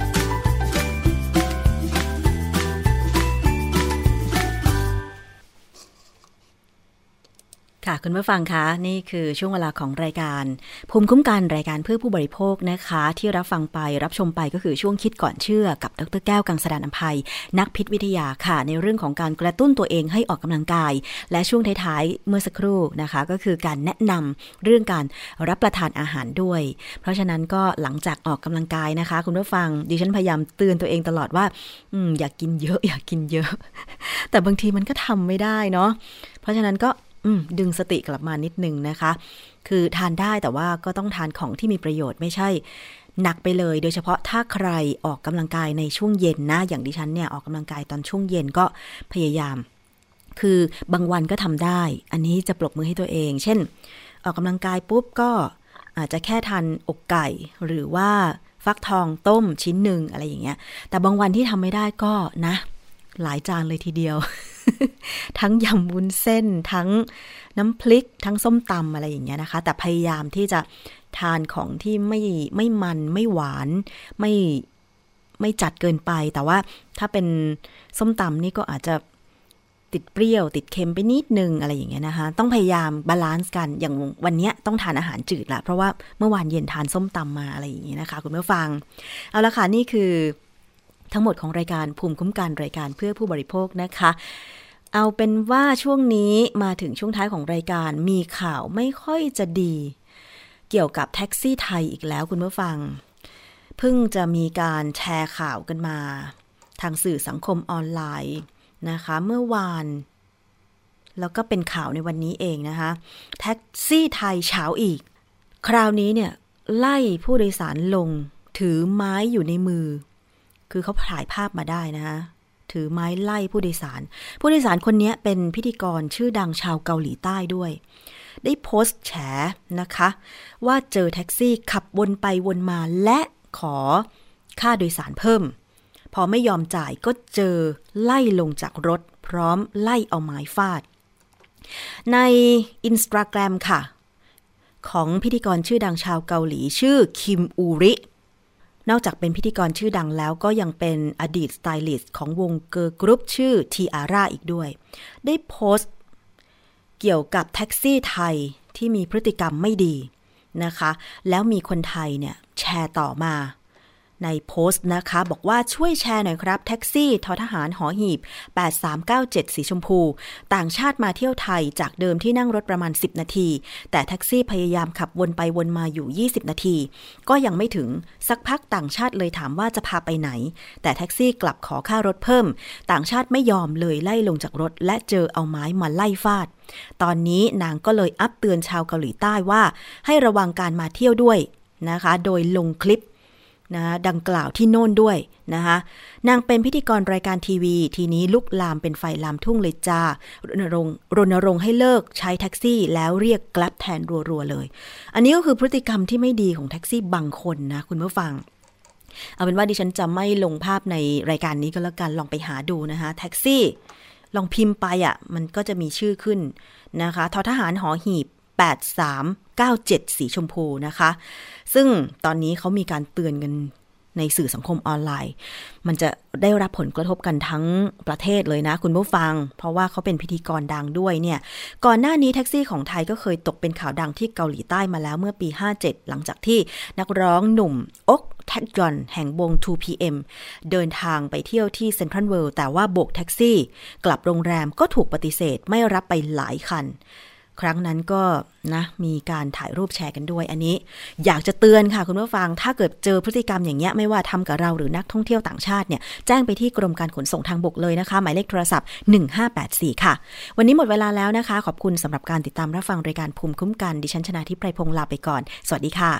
ค่ะคุณผู้ฟังคะนี่คือช่วงเวลาของรายการภูมิคุ้มกันรายการเพื่อผู้บริโภคนะคะที่รับฟังไปรับชมไปก็คือช่วงคิดก่อนเชื่อกับดรแก้วกังสดาลอำไพนักพิษวิทยาค่ะในเรื่องของการกระตุ้นตัวเองให้ออกกำลังกายและช่วงท้ายๆเมื่อสักครู่นะคะก็คือการแนะนำเรื่องการรับประทานอาหารด้วยเพราะฉะนั้นก็หลังจากออกกำลังกายนะคะคุณผู้ฟังดิฉันพยายามเตือนตัวเองตลอดว่าอืมอยากกินเยอะอยากกินเยอะแต่บางทีมันก็ทำไม่ได้เนาะเพราะฉะนั้นก็ดึงสติกลับมานิดนึงนะคะคือทานได้แต่ว่าก็ต้องทานของที่มีประโยชน์ไม่ใช่หนักไปเลยโดยเฉพาะถ้าใครออกกำลังกายในช่วงเย็นนะอย่างดิฉันเนี่ยออกกำลังกายตอนช่วงเย็นก็พยายามคือบางวันก็ทำได้อันนี้จะปรบมือให้ตัวเองเช่นออกกำลังกายปุ๊บก็อาจจะแค่ทานอกไก่หรือว่าฟักทองต้มชิ้นหนึ่งอะไรอย่างเงี้ยแต่บางวันที่ทำไม่ได้ก็นะหลายจานเลยทีเดียว ทั้งยำวุ้นเส้นทั้งน้ำพริกทั้งส้มตำอะไรอย่างเงี้ยนะคะแต่พยายามที่จะทานของที่ไม่ไม่มันไม่หวานไม่ไม่จัดเกินไปแต่ว่าถ้าเป็นส้มตำนี่ก็อาจจะติดเปรี้ยวติดเค็มไปนิดนึงอะไรอย่างเงี้ยนะคะต้องพยายามบาลานซ์กันอย่างวันนี้ต้องทานอาหารจืดละเพราะว่าเมื่อวานเย็นทานส้มตำมาอะไรอย่างเงี้ยนะคะคุณผู้ฟังเอาละค่ะนี่คือทั้งหมดของรายการภูมิคุ้มกันรายการเพื่อผู้บริโภคนะคะเอาเป็นว่าช่วงนี้มาถึงช่วงท้ายของรายการมีข่าวไม่ค่อยจะดีเกี่ยวกับแท็กซี่ไทยอีกแล้วคุณผู้ฟังเพิ่งจะมีการแชร์ข่าวกันมาทางสื่อสังคมออนไลน์นะคะเมื่อวานแล้วก็เป็นข่าวในวันนี้เองนะคะแท็กซี่ไทยเฉาอีกคราวนี้เนี่ยไล่ผู้โดยสารลงถือไม้อยู่ในมือคือเขาถ่ายภาพมาได้นะคะถือไม้ไล่ผู้โดยสารผู้โดยสารคนนี้เป็นพิธีกรชื่อดังชาวเกาหลีใต้ด้วยได้โพสต์แฉนะคะว่าเจอแท็กซี่ขับวนไปวนมาและขอค่าโดยสารเพิ่มพอไม่ยอมจ่ายก็เจอไล่ลงจากรถพร้อมไล่เอาไม้ฟาดใน Instagram ค่ะของพิธีกรชื่อดังชาวเกาหลีชื่อคิมอูรินอกจากเป็นพิธีกรชื่อดังแล้วก็ยังเป็นอดีตสไตลิสต์ของวงเกิร์ลกรุ๊ปชื่อทีอาร่าอีกด้วยได้โพสต์เกี่ยวกับแท็กซี่ไทยที่มีพฤติกรรมไม่ดีนะคะแล้วมีคนไทยเนี่ยแชร์ต่อมาในโพสต์นะคะบอกว่าช่วยแชร์หน่อยครับแท็กซี่ททหารหอหีบแปดสามเก้าเจ็ดสีชมพูต่างชาติมาเที่ยวไทยจากเดิมที่นั่งรถประมาณสิบนาทีแต่แท็กซี่พยายามขับวนไปวนมาอยู่ยี่สิบนาทีก็ยังไม่ถึงสักพักต่างชาติเลยถามว่าจะพาไปไหนแต่แท็กซี่กลับขอค่ารถเพิ่มต่างชาติไม่ยอมเลยไล่ลงจากรถและเจอเอาไม้มาไล่ฟาดตอนนี้นางก็เลยอัปเตือนชาวเกาหลีใต้ว่าให้ระวังการมาเที่ยวด้วยนะคะโดยลงคลิปนะดังกล่าวที่โน่นด้วยนะคะนางเป็นพิธีกรรายการทีวีทีนี้ลุกลามเป็นไฟลามทุ่งเลยจ้ารณรงค์รณรงค์ให้เลิกใช้แท็กซี่แล้วเรียกแกร็บแทนรัวๆเลยอันนี้ก็คือพฤติกรรมที่ไม่ดีของแท็กซี่บางคนนะคุณผู้ฟังเอาเป็นว่าดิฉันจะไม่ลงภาพในรายการนี้ก็แล้วกันลองไปหาดูนะคะแท็กซี่ลองพิมพ์ไปอ่ะมันก็จะมีชื่อขึ้นนะคะททหารหอหีบแปดสามเก้าเจ็ดสีชมพูนะคะซึ่งตอนนี้เขามีการเตือนกันในสื่อสังคมออนไลน์มันจะได้รับผลกระทบกันทั้งประเทศเลยนะคุณผู้ฟังเพราะว่าเขาเป็นพิธีกรดังด้วยเนี่ยก่อนหน้านี้แท็กซี่ของไทยก็เคยตกเป็นข่าวดังที่เกาหลีใต้มาแล้วเมื่อปีห้าเจ็ดหลังจากที่นักร้องหนุ่มอกแท็กยอนแห่งวง ทู พี เอ็ม เดินทางไปเที่ยวที่เซ็นทรัลเวิลด์แต่ว่าโบกแท็กซี่กลับโรงแรมก็ถูกปฏิเสธไม่รับไปหลายคันครั้งนั้นก็นะมีการถ่ายรูปแชร์กันด้วยอันนี้อยากจะเตือนค่ะคุณผู้ฟังถ้าเกิดเจอพฤติกรรมอย่างเงี้ยไม่ว่าทำกับเราหรือนักท่องเที่ยวต่างชาติเนี่ยแจ้งไปที่กรมการขนส่งทางบกเลยนะคะหมายเลขโทรศัพท์หนึ่งห้าแปดสี่ค่ะวันนี้หมดเวลาแล้วนะคะขอบคุณสำหรับการติดตามรับฟังรายการภูมิคุ้มกันดิฉันชนาธิปไพรพงษ์ลาไปก่อนสวัสดีค่ะ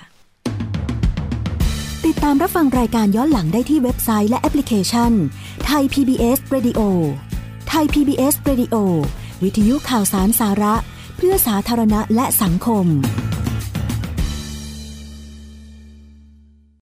ติดตามรับฟังรายการย้อนหลังได้ที่เว็บไซต์และแอปพลิเคชัน Thai พี บี เอส Radio Thai พี บี เอส Radio วิทยุข่าวสารสาระเพื่อสาธารณะและสังคม